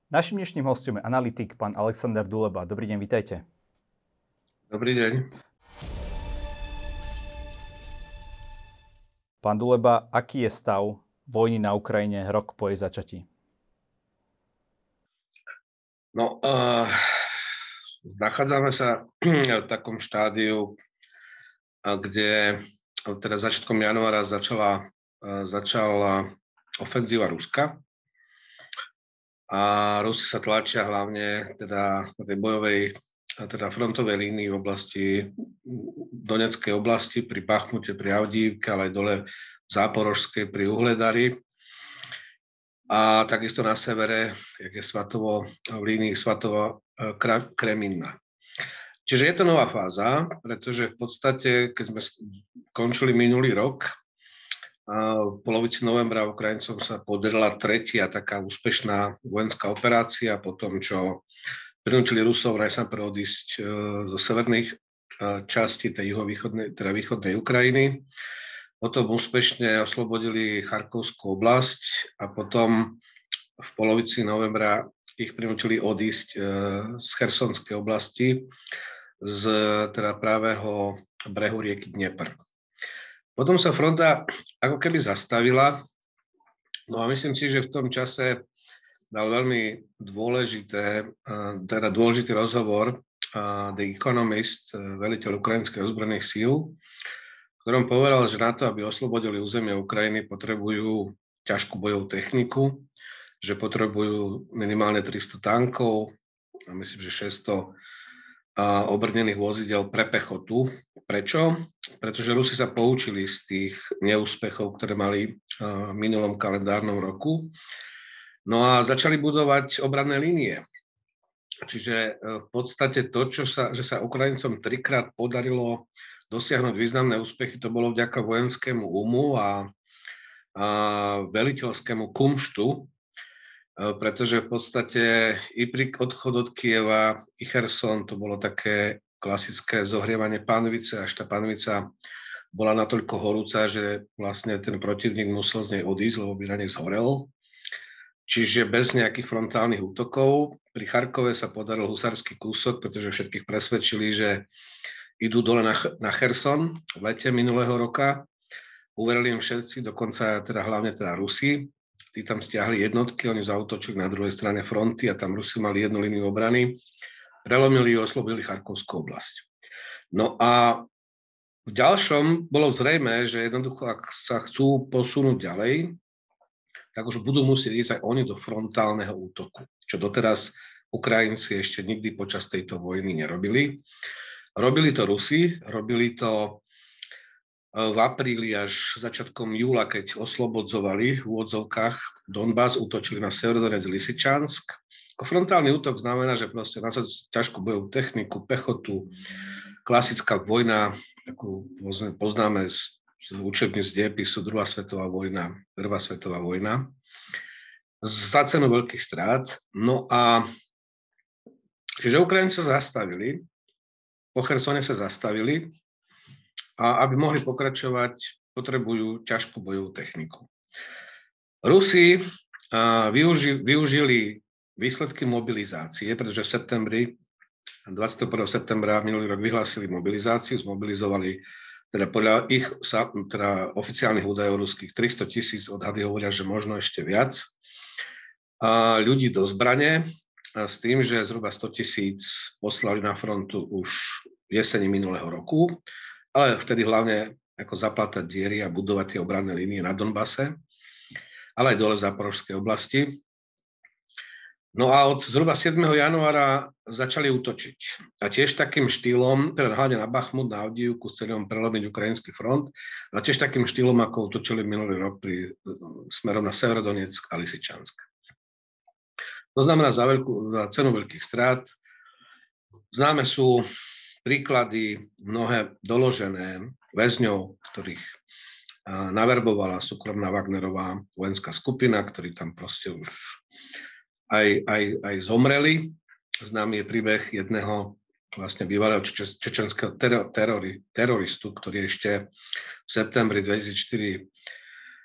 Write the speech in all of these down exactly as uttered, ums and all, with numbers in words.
Naším dnešným hostom je analytik pán Alexander Duleba. Dobrý deň, vitajte. Dobrý deň. Pán Duleba, aký je stav vojny na Ukrajine rok po jej začatí? No, uh, nachádzame sa v takom štádiu, kde teda začiatkom januára začala, uh, začala ofenzíva Ruska. A Rusi sa tlačia hlavne teda na tej bojovej, teda frontovej línii v oblasti Donetskej oblasti, pri Bachmute, pri Avdívke, ale aj dole v Záporožskej, pri Uhledari. A takisto na severe, jak je Svatovo, v línii Svatovo-Kreminna. Čiže je to nová fáza, pretože v podstate, keď sme končili minulý rok, v polovici novembra Ukrajincom sa podarila tretia taká úspešná vojenská operácia po tom, čo prinútili Rusov najprv odísť zo severných častí tej juhovýchodnej, teda východnej Ukrajiny. Potom úspešne oslobodili Charkovskú oblasť a potom v polovici novembra ich prinútili odísť z Chersonskej oblasti z teda pravého brehu rieky Dnepr. Potom sa fronta ako keby zastavila, no a myslím si, že v tom čase dal veľmi dôležité, teda dôležitý rozhovor The Economist, veliteľ ukrajinských ozbrojených síl, v ktorom povedal, že na to, aby oslobodili územie Ukrajiny, potrebujú ťažkú bojovú techniku, že potrebujú minimálne tristo tankov a myslím, že šesťsto obrnených vozidel pre pechotu. Prečo? Pretože Rusi sa poučili z tých neúspechov, ktoré mali v minulom kalendárnom roku. No a začali budovať obranné línie. Čiže v podstate to, čo sa, že sa Ukrajincom trikrát podarilo dosiahnuť významné úspechy, to bolo vďaka vojenskému umu a, a veliteľskému kumštu, pretože v podstate i pri odchod od Kieva, i Cherson, to bolo také klasické zohrievanie panvice, až tá panvica bola natoľko horúca, že vlastne ten protivník musel z nej odísť, lebo by na nej zhorel. Čiže bez nejakých frontálnych útokov. Pri Charkove sa podaril husársky kúsok, pretože všetkých presvedčili, že idú dole na, na Cherson v lete minulého roka. Uverili im všetci, dokonca teda hlavne teda Rusi. Tí tam stiahli jednotky, oni zaútočili na druhej strane fronty a tam Rusi mali jednu líniu obrany. Prelomili a oslobodili Charkovskú oblasť. No a v ďalšom bolo zrejmé, že jednoducho, ak sa chcú posunúť ďalej, tak už budú musieť ísť aj oni do frontálneho útoku, čo doteraz Ukrajinci ešte nikdy počas tejto vojny nerobili. Robili to Rusi, robili to v apríli až začiatkom júla, keď oslobodzovali v úvodzovkách Donbas, útočili na Severodonec, Lysyčansk. Frontálny útok znamená, že proste nasadzujú ťažkú bojovú techniku, pechotu, klasická vojna, takú poznáme z, z učebníc dejepisu, druhá svetová vojna, prvá svetová vojna, za cenu veľkých strát. No a čiže Ukrajinci sa zastavili, po Chersone sa zastavili, a aby mohli pokračovať, potrebujú ťažkú bojovú techniku. Rusi uh, využi, využili výsledky mobilizácie, pretože v septembri, dvadsiateho prvého septembra minulý rok vyhlásili mobilizáciu, zmobilizovali teda podľa ich teda oficiálnych údajov ruských tristo tisíc, odhady hovoria, že možno ešte viac, uh, ľudí do zbrane, a s tým, že zhruba sto tisíc poslali na frontu už v jeseni minulého roku, ale vtedy hlavne ako zaplatať diery a budovať tie obranné línie na Donbase, ale aj dole v Záporožskej oblasti. No a od zhruba siedmeho januára začali útočiť. A tiež takým štýlom, teda hlavne na Bachmut, na Avdívku, s celým prelomiť ukrajinský front, a tiež takým štýlom, ako útočili minulý rok pri, smerom na Severodonetsk a Lysyčansk. To znamená za, veľkú, za cenu veľkých strát. Známe sú príklady mnohé doložené väzňov, ktorých naverbovala súkromná Wagnerová vojenská skupina, ktorí tam proste už aj, aj, aj zomreli. Známy je príbeh jedného vlastne bývalého čečenského terori, teroristu, ktorý ešte v septembri dvetisícštyri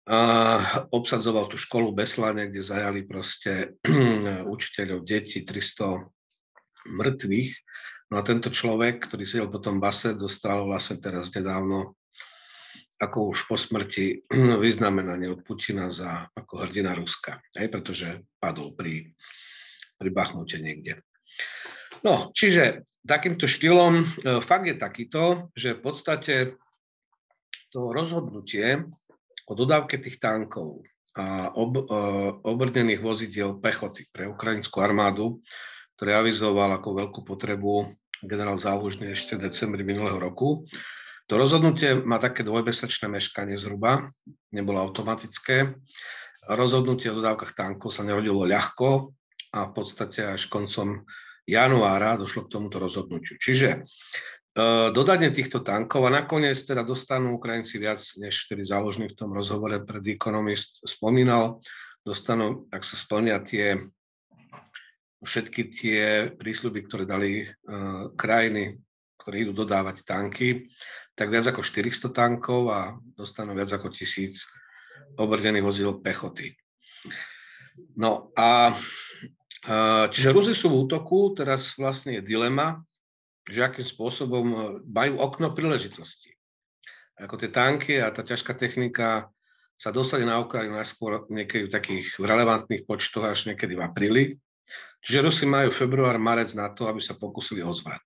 obsadzoval tú školu Beslane, kde zajali proste učiteľov, detí, tristo mŕtvych. No a tento človek, ktorý sedel po tom base, dostal vlastne teraz nedávno, ako už po smrti, vyznamenanie od Putina za ako hrdina Ruska, hej, pretože padol pri, pri Bachmute niekde. No, čiže takýmto štýlom, fakt je takýto, že v podstate to rozhodnutie o dodávke tých tankov a ob, obrnených vozidiel pechoty pre ukrajinskú armádu, ktoré avizoval ako veľkú potrebu generál Zálužný ešte v decembri minulého roku. To rozhodnutie má také dvojmesačné meškanie zhruba, nebolo automatické. Rozhodnutie o dodávkach tankov sa nerodilo ľahko a v podstate až koncom januára došlo k tomuto rozhodnutiu. Čiže dodanie týchto tankov a nakoniec teda dostanú Ukrajinci viac, než vtedy Záložný v tom rozhovore pred Economist spomínal. Dostanú, ak sa splnia tie, všetky tie prísľuby, ktoré dali uh, krajiny, ktoré idú dodávať tanky, tak viac ako štyristo tankov a dostanú viac ako tisíc obrnených vozidel pechoty. No a uh, čiže Rusi sú v útoku, teraz vlastne je dilema, že akým spôsobom majú okno príležitosti. Ako tie tanky a tá ťažká technika sa dostane na Ukrajinu najskôr niekedy v takých relevantných počtoch až niekedy v apríli. Čiže Rusi majú február, marec na to, aby sa pokúsili o zvrat.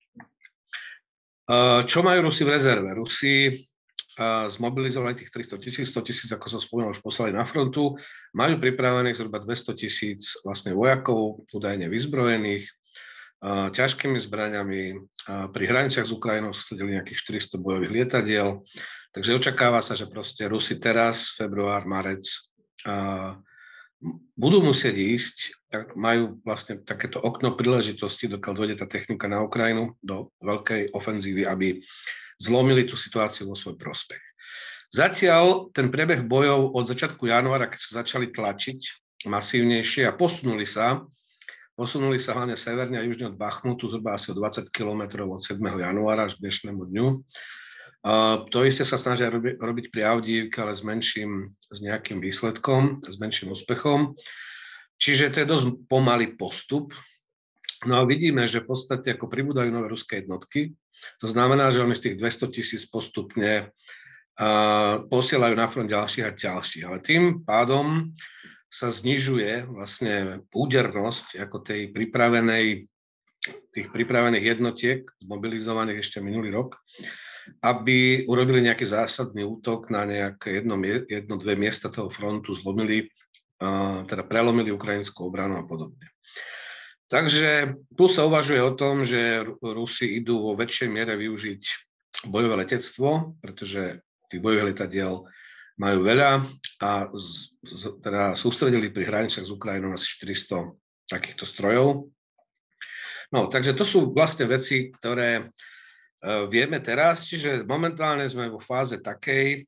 Čo majú Rusi v rezerve? Rusi zmobilizovali tých tristo tisíc, sto tisíc, ako som spomínal, už poslali na frontu. Majú pripravených zhruba dvesto tisíc vlastne vojakov, údajne vyzbrojených, ťažkými zbraňami. Pri hraniciach s Ukrajinou sedeli nejakých štyristo bojových lietadiel. Takže očakáva sa, že proste Rusi teraz, február, marec, budú musieť ísť, majú vlastne takéto okno príležitosti, dokiaľ dojde tá technika na Ukrajinu do veľkej ofenzívy, aby zlomili tú situáciu vo svoj prospech. Zatiaľ ten priebeh bojov od začiatku januára, keď sa začali tlačiť masívnejšie a posunuli sa, Posunuli sa hlavne severne a južne od Bachmutu, zhruba asi o dvadsať kilometrov od siedmeho januára až k dnešnému dňu. Uh, to isté sa snažia robi, robiť pri Avdijivke, ale s menším, s nejakým výsledkom, s menším úspechom. Čiže to je dosť pomalý postup. No a vidíme, že v podstate ako pribúdajú nové ruské jednotky. To znamená, že oni z tých dvesto tisíc postupne uh, posielajú na front ďalších a ďalších. Ale tým pádom sa znižuje vlastne údernosť ako tej pripravenej, tých pripravených jednotiek, zmobilizovaných ešte minulý rok, aby urobili nejaký zásadný útok na nejaké jedno, jedno dve miesta toho frontu, zlomili, teda prelomili ukrajinskú obranu a podobne. Takže tu sa uvažuje o tom, že Rusi idú vo väčšej miere využiť bojové letectvo, pretože tých bojových letadiel majú veľa a z, z, teda sústredili pri hraniciach s Ukrajinou asi štyristo takýchto strojov. No, takže to sú vlastne veci, ktoré uh, vieme teraz, čiže momentálne sme vo fáze takej,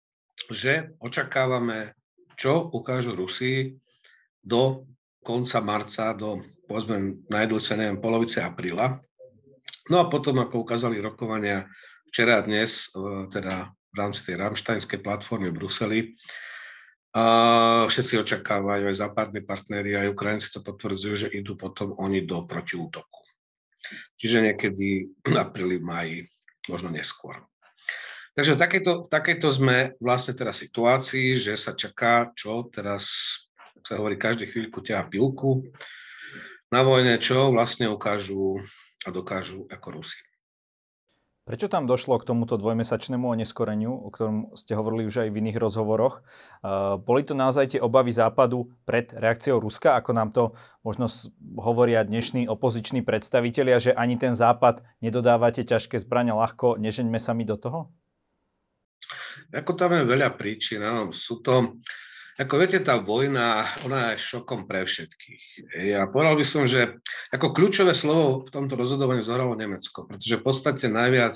že očakávame, čo ukážu Rusi do konca marca, do povedzme najdlhšie, neviem, polovice apríla. No a potom, ako ukázali rokovania včera a dnes, uh, teda v rámci tej ramštajnskej platformy v Bruseli. A všetci očakávajú, aj západní partneri, aj Ukrajinci to potvrdzujú, že idú potom oni do protiútoku. Čiže niekedy v apríli, máji, možno neskôr. Takže v takejto, v takejto sme vlastne teraz situácii, že sa čaká, čo teraz, ak sa hovorí, každý chvíľku ťahá pilku na vojne, čo vlastne ukážu a dokážu ako Rusi. Prečo tam došlo k tomuto dvojmesačnému oneskoreniu, o ktorom ste hovorili už aj v iných rozhovoroch? Uh, boli to naozaj tie obavy Západu pred reakciou Ruska, ako nám to možno hovoria dnešní opoziční predstavitelia, že ani ten Západ nedodávate ťažké zbrane ľahko, nežeňme sa my do toho? Ako tam je veľa príčin, áno, sú to... Ako viete, tá vojna, ona je šokom pre všetkých. Ja povedal by som, že ako kľúčové slovo v tomto rozhodovaní zohralo Nemecko, pretože v podstate najviac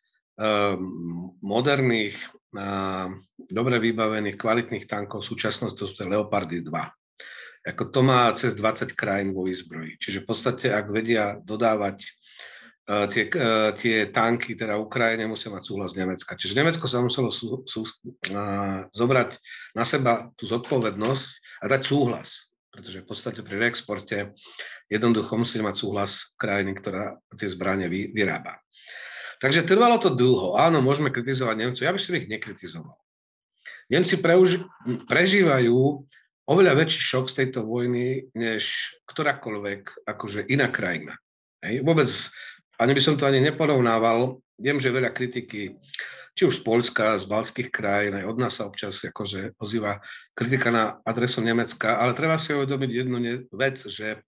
um, moderných, um, dobre vybavených, kvalitných tankov v súčasnosti to sú tie Leopardy dva. Ako to má cez dvadsať krajín vo výzbroji. Čiže v podstate, ak vedia dodávať tie, tie tanky, teda Ukrajine, musia mať súhlas Nemecka. Čiže Nemecko sa muselo sú, sú, uh, zobrať na seba tú zodpovednosť a dať súhlas, pretože v podstate pri reexporte jednoducho musí mať súhlas krajiny, ktorá tie zbranie vy, vyrába. Takže trvalo to dlho. Áno, môžeme kritizovať Nemcov, ja by som ich nekritizoval. Nemci preuž, prežívajú oveľa väčší šok z tejto vojny, než ktorákoľvek akože iná krajina. Hej. Vôbec, ani by som to ani neporovnával. Viem, že veľa kritiky, či už z Poľska, z baltských krajín, aj od nás sa občas akože ozýva kritika na adresu Nemecka, ale treba si uvedomiť jednu vec, že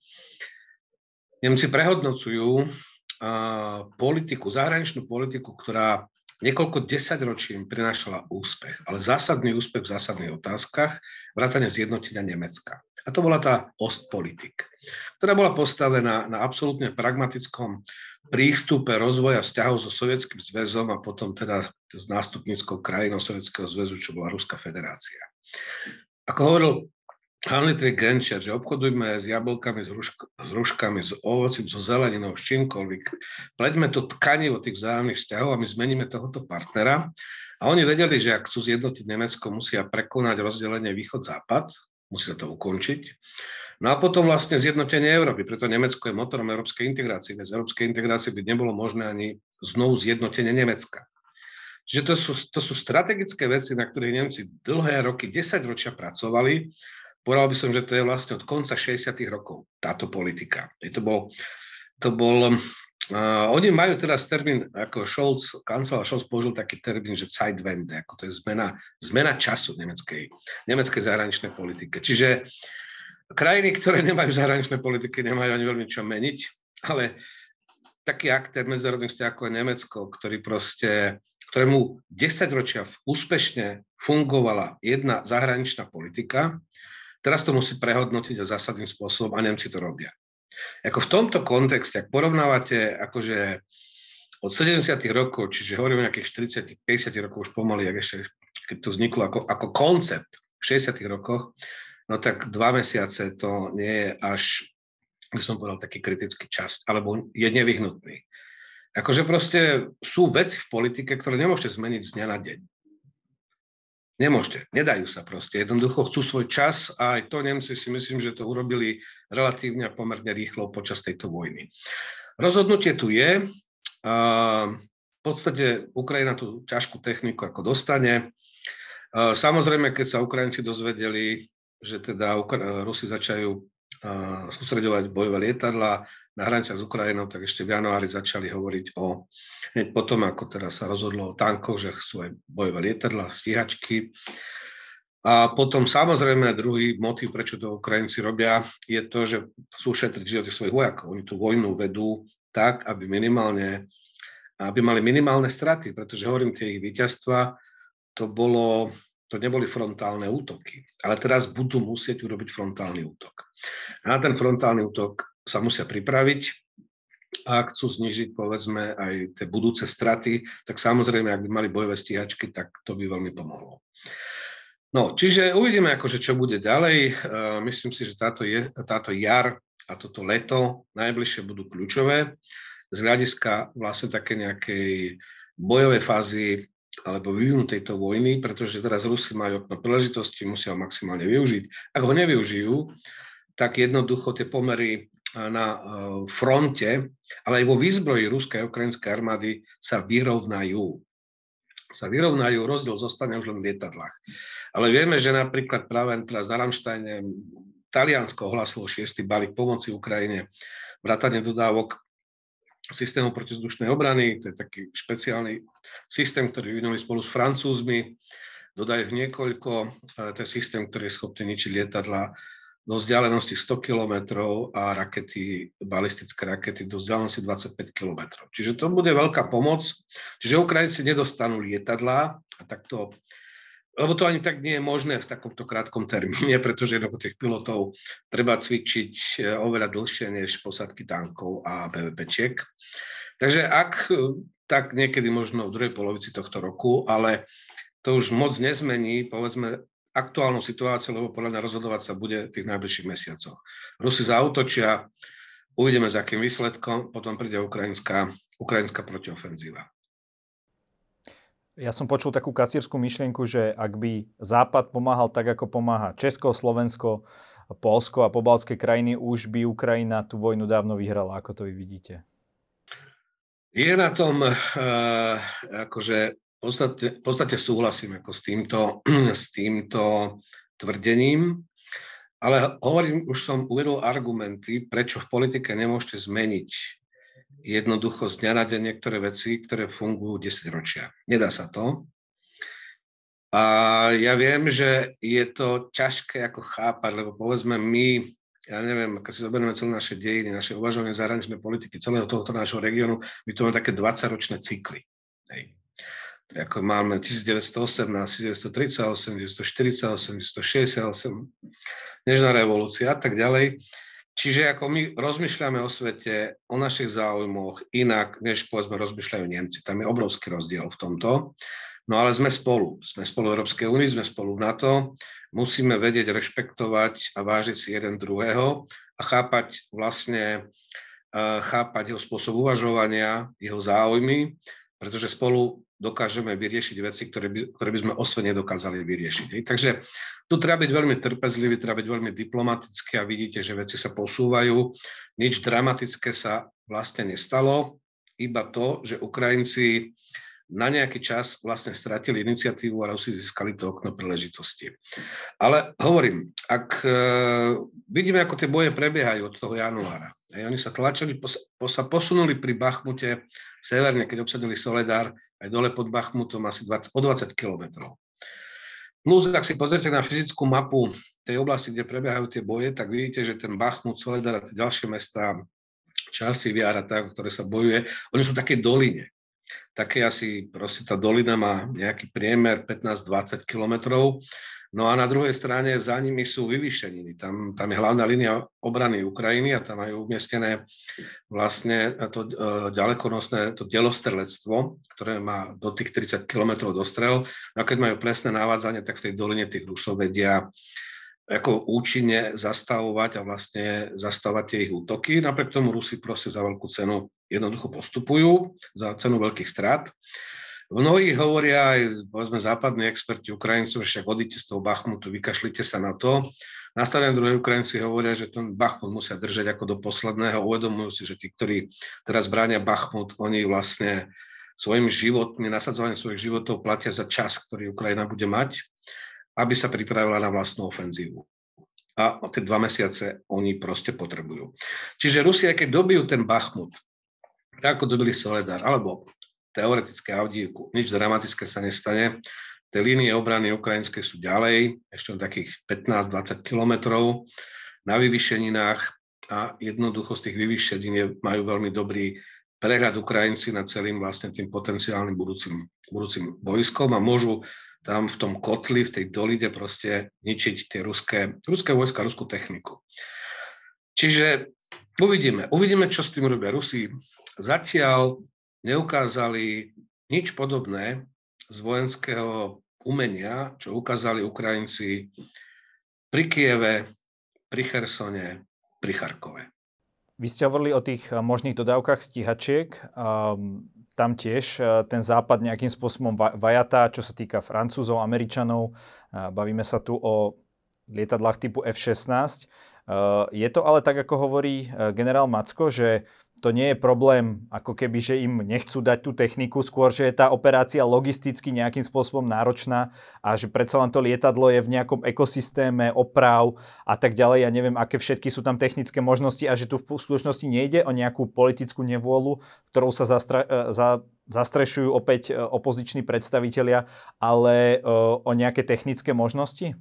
Nemci prehodnocujú uh, politiku, zahraničnú politiku, ktorá niekoľko desaťročí im prinášala úspech, ale zásadný úspech v zásadných otázkach, vrátane zjednotenia Nemecka. A to bola tá Ostpolitik, ktorá bola postavená na absolútne pragmatickom prístupe rozvoja vzťahov so Sovietským zväzom a potom teda s nástupníckou krajinou Sovietskeho zväzu, čo bola Ruská federácia. Ako hovoril Henry Genscher, že obchodujme s jablkami, s, rušk- s ruškami, s ovocím, so zeleninou, s čímkoľvek. Pleďme to tkanivo tých vzájomných vzťahov a my zmeníme tohoto partnera. A oni vedeli, že ak chcú zjednotiť Nemecko, musia prekonať rozdelenie východ-západ, musí sa to ukončiť. No a potom vlastne zjednotenie Európy, preto Nemecko je motorom európskej integrácie. Bez európskej integrácie by nebolo možné ani znovu zjednotenie Nemecka. Čiže to sú, to sú strategické veci, na ktorých Nemci dlhé roky, desaťročia pracovali. Povedal by som, že to je vlastne od konca šesťdesiatych rokov táto politika. To bol, to bol uh, oni majú teraz termín, ako Scholz, kancelár Scholz použil taký termín, že Zeitwende, ako to je zmena, zmena času nemeckej, nemeckej zahraničnej politike. Čiže krajiny, ktoré nemajú zahraničné politiky, nemajú ani veľmi čo meniť, ale taký aktér medzinárodných vzťahov ako je Nemecko, ktorý proste, ktorému desaťročia úspešne fungovala jedna zahraničná politika, teraz to musí prehodnotiť a zásadným spôsobom a Nemci to robia. Ako v tomto kontexte, ak porovnávate akože od sedemdesiatych rokov, čiže hovoríme o nejakých štyridsať päťdesiat rokov už pomaly, ešte, keď to vzniklo ako, ako koncept v šesťdesiatych rokoch, no tak dva mesiace to nie je až, by som povedal, taký kritický čas, alebo je nevyhnutný. Akože proste sú veci v politike, ktoré nemôžete zmeniť z dňa na deň. Nemôžete, nedajú sa proste. Jednoducho chcú svoj čas a aj to Nemci si myslím, že to urobili relatívne a pomerne rýchlo počas tejto vojny. Rozhodnutie tu je. V podstate Ukrajina tú ťažkú techniku ako dostane. Samozrejme, keď sa Ukrajinci dozvedeli, že teda Rusi začajú sústreďovať bojové lietadlá na hraniciach s Ukrajinou, tak ešte v januári začali hovoriť o, hneď potom, ako teda sa rozhodlo o tankoch, že chcú aj bojové lietadlá, stíhačky. A potom samozrejme druhý motív, prečo to Ukrajinci robia, je to, že sú šetriť životy svojich vojakov. Oni tú vojnu vedú tak, aby minimálne, aby mali minimálne straty, pretože hovorím, tie ich víťazstva, to bolo... To neboli frontálne útoky, ale teraz budú musieť urobiť frontálny útok. A na ten frontálny útok sa musia pripraviť a ak chcú znižiť, povedzme, aj tie budúce straty, tak samozrejme, ak by mali bojové stíhačky, tak to by veľmi pomohlo. No, čiže uvidíme, akože, čo bude ďalej. Uh, myslím si, že táto, je, táto jar a toto leto najbližšie budú kľúčové z hľadiska vlastne také nejakej bojovej fázy alebo vyvinú tejto vojny, pretože teraz Rusi majú okno príležitosti, musia ho maximálne využiť. Ak ho nevyužijú, tak jednoducho tie pomery na fronte, ale aj vo výzbroji ruskej a ukrajinskej armády sa vyrovnajú. Sa vyrovnajú, rozdiel zostane už len v lietadlách. Ale vieme, že napríklad práve teraz na Ramštajne Taliansko ohlasilo šiesty balík pomoci Ukrajine, vrátane dodávok systému protizdušnej obrany, to je taký špeciálny systém, ktorý vyvinuli spolu s Francúzmi, dodajú niekoľko, to je systém, ktorý je schopný ničiť lietadla do vzdialenosti sto kilometrov a rakety, balistické rakety do vzdialenosti dvadsaťpäť kilometrov. Čiže to bude veľká pomoc, čiže Ukrajinci nedostanú lietadlá a takto, lebo to ani tak nie je možné v takomto krátkom termíne, pretože jednoducho tých pilotov treba cvičiť oveľa dlhšie než posádky tankov a bé vé péčiek. Takže ak, tak niekedy možno v druhej polovici tohto roku, ale to už moc nezmení, povedzme, aktuálnu situáciu, lebo podľa mňa rozhodovať sa bude v tých najbližších mesiacoch. Rusi zaútočia, Uvidíme, s akým výsledkom, potom príde ukrajinská, ukrajinská protiofenzíva. Ja som počul takú kacírskú myšlienku, že ak by Západ pomáhal tak, ako pomáha Česko, Slovensko, Poľsko a pobaltské krajiny, už by Ukrajina tú vojnu dávno vyhrala. Ako to vy vidíte? Je na tom, uh, akože v podstate, v podstate súhlasím ako s týmto, s týmto tvrdením, ale hovorím, už som uvedol argumenty, prečo v politike nemôžete zmeniť jednoducho z dňa na deň niektoré veci, ktoré fungujú desaťročia. Nedá sa to. A ja viem, že je to ťažké ako chápať, lebo povedzme my, ja neviem, keď si zoberieme celé naše dejiny, naše uvažovanie zahraničnej politiky, celého tohto nášho regiónu, my tu máme také dvadsaťročné cykly. Hej. Ako máme devätnásťstoosemnásť, devätnásťstotridsaťosem, devätnásťstoštyridsaťosem, devätnásťstošesťdesiatosem, Nežná revolúcia a tak ďalej. Čiže ako my rozmýšľame o svete, o našich záujmoch inak, než povedzme rozmýšľajú Nemci. Tam je obrovský rozdiel v tomto. No ale sme spolu. Sme spolu v Európskej únii, sme spolu v NATO. Musíme vedieť rešpektovať a vážiť si jeden druhého a chápať vlastne, chápať jeho spôsob uvažovania, jeho záujmy, pretože spolu dokážeme vyriešiť veci, ktoré by, ktoré by sme osve nedokázali vyriešiť. Takže tu treba byť veľmi trpezlivý, treba byť veľmi diplomatický a vidíte, že veci sa posúvajú. Nič dramatické sa vlastne nestalo, iba to, že Ukrajinci na nejaký čas vlastne stratili iniciatívu a Rusi získali to okno príležitosti. Ale hovorím, ak e, vidíme, ako tie boje prebiehajú od toho januára, aj oni sa tlačili, pos, sa posunuli pri Bachmute severne, keď obsadili Soledar, aj dole pod Bachmutom asi dvadsať, o dvadsať kilometrov. Plus, ak si pozrite na fyzickú mapu tej oblasti, kde prebiehajú tie boje, tak vidíte, že ten Bachmut, Soledar a tie ďalšie mestá, časti Viara, tak, ktoré sa bojuje, oni sú v takej doline. Také asi proste tá dolina má nejaký priemer pätnásť dvadsať kilometrov. No a na druhej strane za nimi sú vyvýšeniny. Tam, tam je hlavná línia obrany Ukrajiny a tam majú umiestnené vlastne to e, ďalekonosné to delostrelectvo, ktoré má do tých tridsať kilometrov dostrel. No a keď majú presné navádzanie, tak v tej doline tých Rusov vedia ako účinne zastavovať a vlastne zastavovať tie ich útoky. Napriek tomu Rusi proste za veľkú cenu jednoducho postupujú, za cenu veľkých strát. Mnohí hovoria, aj povedzme západní experti Ukrajincov, že však odíte z toho Bachmutu, vykašlite sa na to. Na strane druhej Ukrajinci hovoria, že ten Bachmut musia držať ako do posledného. Uvedomujú si, že tí, ktorí teraz bránia Bachmut, oni vlastne svojimi životmi, nasadzovaním svojich životov platia za čas, ktorý Ukrajina bude mať, aby sa pripravila na vlastnú ofenzívu. A o tie dva mesiace oni proste potrebujú. Čiže Rusi, keď dobijú ten Bachmut, ako dobili Soledar, alebo teoretické Avdívku, nič dramatické sa nestane. Tie línie obrany ukrajinskej sú ďalej, ešte takých pätnásť dvadsať kilometrov na vyvýšeninách a jednoducho z tých vyvýšenín majú veľmi dobrý prehľad Ukrajinci nad celým vlastne tým potenciálnym budúcim, budúcim vojskom a môžu tam v tom kotli, v tej doline proste ničiť tie ruské, ruské vojska, ruskú techniku. Čiže uvidíme, uvidíme, čo s tým robia Rusi. Zatiaľ neukázali nič podobné z vojenského umenia, čo ukázali Ukrajinci pri Kieve, pri Chersone, pri Charkove. Vy ste hovorili o tých možných dodávkach stíhačiek. Tam tiež ten západ nejakým spôsobom vajatá, čo sa týka Francúzov, Američanov. Bavíme sa tu o lietadlách typu ef šestnásť. Je to ale tak, ako hovorí generál Macko, že to nie je problém, ako keby, že im nechcú dať tú techniku, skôr, že je tá operácia logisticky nejakým spôsobom náročná a že predsa len to lietadlo je v nejakom ekosystéme oprav a tak ďalej. Ja neviem, aké všetky sú tam technické možnosti a že tu v skutočnosti nejde o nejakú politickú nevôľu, ktorou sa zastra- za- zastrešujú opäť opoziční predstavitelia, ale o nejaké technické možnosti?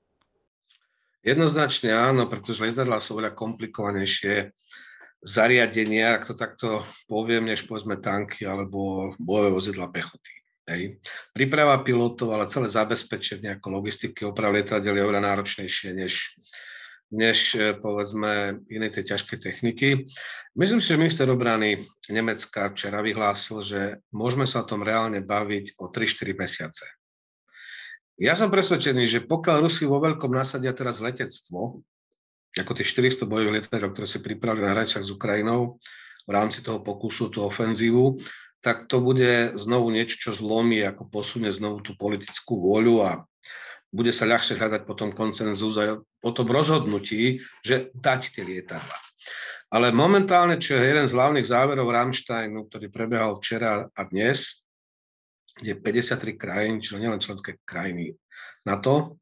Jednoznačne áno, pretože lietadlá sú veľa komplikovanejšie zariadenia, ak to takto poviem, než povedzme tanky alebo bojové vozidlá pechoty. Hej. Príprava pilotov, ale celé zabezpečenie ako logistiky oprav lietadiel je oveľa náročnejšie než, než povedzme iné tie ťažké techniky. Myslím si, že minister obrany Nemecka včera vyhlásil, že môžeme sa o tom reálne baviť o tri štyri mesiace. Ja som presvedčený, že pokiaľ Rusi vo veľkom nasadia teraz letectvo, ako tých štyristo bojových lietadiel, ktoré si pripravili na hraniciach s Ukrajinou v rámci toho pokusu, tú ofenzívu, tak to bude znovu niečo, čo zlomí, ako posunie znovu tú politickú vôľu a bude sa ľahšie hľadať potom konsenzus aj o tom rozhodnutí, že dať tie lietadlá. Ale momentálne, čo je jeden z hlavných záverov Rammsteinu, ktorý prebehal včera a dnes, je päťdesiattri krajín, čiže nielen členské krajiny NATO,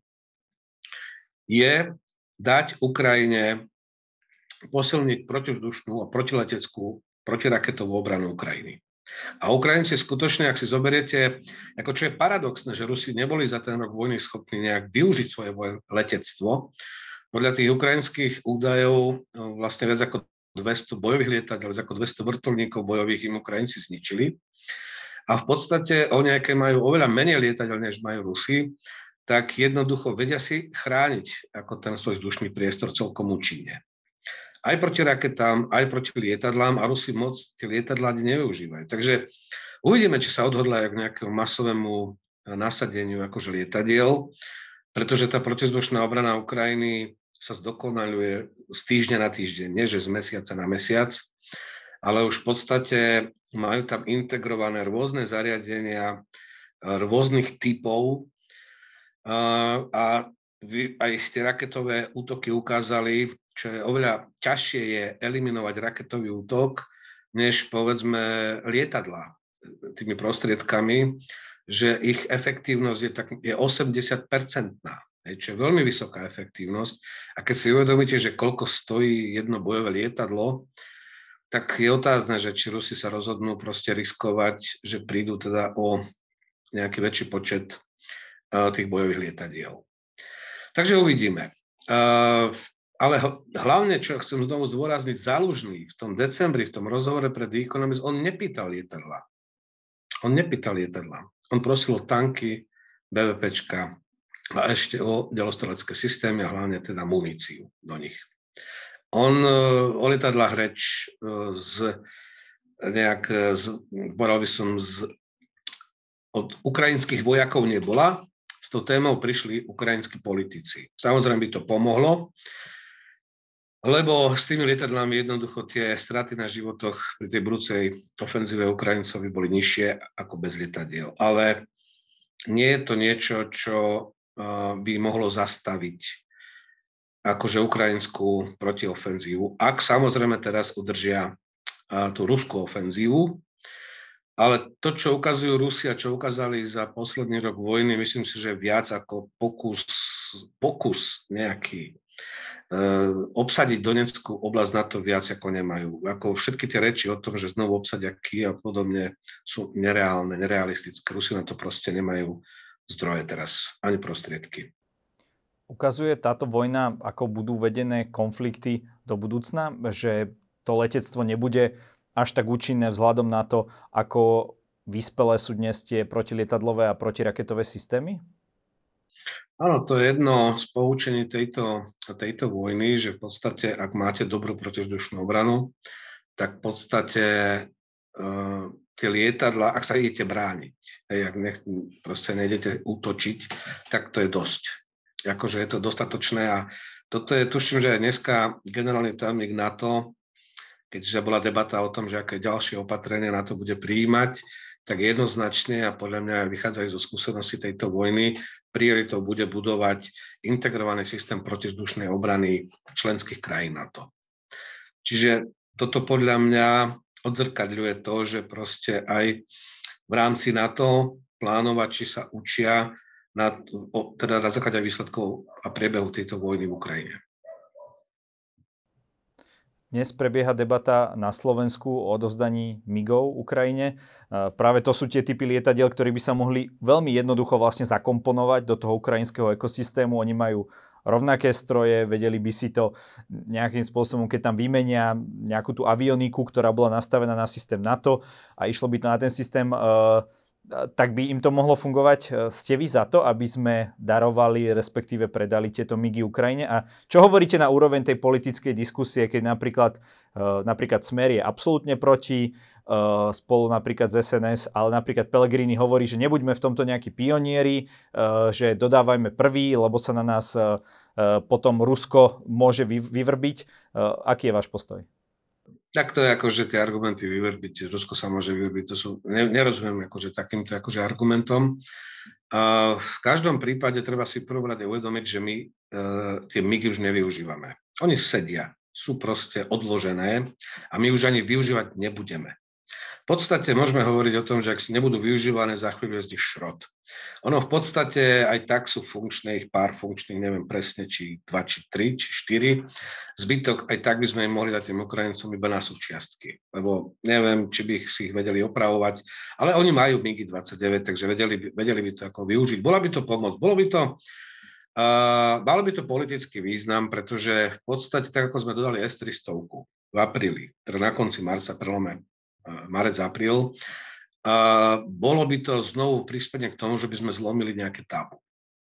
je dať Ukrajine posilniť protivzdušnú a protileteckú, protiraketovú obranu Ukrajiny. A Ukrajinci skutočne, ak si zoberiete, ako čo je paradoxné, že Rusi neboli za ten rok vojny schopní nejak využiť svoje letectvo. Podľa tých ukrajinských údajov vlastne viac ako dvesto bojových lietadiel, viac ako dvesto vrtuľníkov bojových im Ukrajinci zničili. A v podstate oni, aké majú oveľa menej lietadiel, než majú Rusi, tak jednoducho vedia si chrániť ako ten svoj vzdušný priestor celkom účinne. Aj proti raketám, aj proti lietadlám a Rusi moc tie lietadlá nevyužívajú. Takže uvidíme, či sa odhodlajú k nejakému masovému nasadeniu akože lietadiel, pretože tá protizdušná obrana Ukrajiny sa zdokonaľuje z týždňa na týždeň, nie že z mesiaca na mesiac, ale už v podstate majú tam integrované rôzne zariadenia rôznych typov a aj tie raketové útoky ukázali, čo je oveľa ťažšie je eliminovať raketový útok, než povedzme lietadlá tými prostriedkami, že ich efektívnosť je, tak, je osemdesiat percent, čo je veľmi vysoká efektívnosť. A keď si uvedomíte, že koľko stojí jedno bojové lietadlo, tak je otázne, že či Rusi sa rozhodnú proste riskovať, že prídu teda o nejaký väčší počet uh, tých bojových lietadiel. Takže uvidíme. Uh, Ale hlavne, čo chcem znovu zdôrazniť, Zalužný v tom decembri, v tom rozhovore pre The Economist, on nepýtal lietadlá. On nepýtal lietadlá. On prosil o tanky, BVPčka a ešte o delostrelecké systémy a hlavne teda muníciu do nich. On o lietadlách reč z nejak, z, povedal by som, z, od ukrajinských vojakov nebola. S tou témou prišli ukrajinskí politici. Samozrejme by to pomohlo, lebo s tými lietadlami jednoducho tie straty na životoch pri tej budúcej ofenzíve Ukrajincov by boli nižšie ako bez lietadiel. Ale nie je to niečo, čo by mohlo zastaviť akože ukrajinskú protiofenzívu. Ak samozrejme teraz udržia tú ruskú ofenzívu, ale to, čo ukazujú Rusi a čo ukázali za posledný rok vojny, myslím si, že viac ako pokus, pokus nejaký obsadiť Donetskú oblasť, na to viac ako nemajú. Ako všetky tie reči o tom, že znovu obsadia Kyjev a podobne, sú nereálne, nerealistické. Rusi na to proste nemajú zdroje teraz, ani prostriedky. Ukazuje táto vojna, ako budú vedené konflikty do budúcna, že to letectvo nebude až tak účinné vzhľadom na to, ako vyspelé sú dnes tie protilietadlové a protiraketové systémy? Áno, to je jedno z poučení tejto, tejto vojny, že v podstate, ak máte dobrú protivzdušnú obranu, tak v podstate uh, tie lietadla, ak sa idete brániť, hej, ak nech, proste nejdete útočiť, tak to je dosť. Akože je to dostatočné a toto je, tuším, že aj dneska generálny tajomník NATO, keďže bola debata o tom, že aké ďalšie opatrenia NATO bude prijímať, tak jednoznačne a podľa mňa vychádzajú zo skúsenosti tejto vojny, prioritou bude budovať integrovaný systém protivzdušnej obrany členských krajín NATO. Čiže toto podľa mňa odzrkadľuje to, že proste aj v rámci NATO plánovať, či sa učia na, teda na základe výsledkov a priebehu tejto vojny v Ukrajine. Dnes prebieha debata na Slovensku o odovzdaní migov Ukrajine. Práve to sú tie typy lietadiel, ktoré by sa mohli veľmi jednoducho vlastne zakomponovať do toho ukrajinského ekosystému. Oni majú rovnaké stroje, vedeli by si to nejakým spôsobom, keď tam vymenia nejakú tú avioniku, ktorá bola nastavená na systém NATO a išlo by to na ten systém tak by im to mohlo fungovať. Ste vy za to, aby sme darovali, respektíve predali tieto migy Ukrajine? A čo hovoríte na úroveň tej politickej diskusie, keď napríklad, napríklad Smer je absolútne proti, spolu napríklad z es en es, ale napríklad Pellegrini hovorí, že nebuďme v tomto nejakí pionieri, že dodávajme prvý, lebo sa na nás potom Rusko môže vyvrbiť. Aký je váš postoj? Tak to je akože tie argumenty vyvrbiť, Rusko sa môže vyvrbiť, to sú, ne, nerozumiem akože takýmto akože argumentom. Uh, v každom prípade treba si prvom rade uvedomiť, že my uh, tie migy už nevyužívame. Oni sedia, sú proste odložené a my už ani využívať nebudeme. V podstate môžeme hovoriť o tom, že ak si nebudú využívané, za chvíľu jezdí šrot. Ono v podstate aj tak sú funkčné, ich pár funkčných, neviem presne, či dva, či tri, či štyri. Zbytok aj tak by sme im mohli dať tým Ukrajincom iba na súčiastky, lebo neviem, či by si ich vedeli opravovať, ale oni majú migy dvadsaťdeväť, takže vedeli, vedeli by to ako využiť. Bola by to pomoc, bolo by to, uh, malo by to politický význam, pretože v podstate tak, ako sme dodali es tristo v apríli, teda na konci marca, prelome marec, apríl, a bolo by to znovu prispenie k tomu, že by sme zlomili nejaké tabu.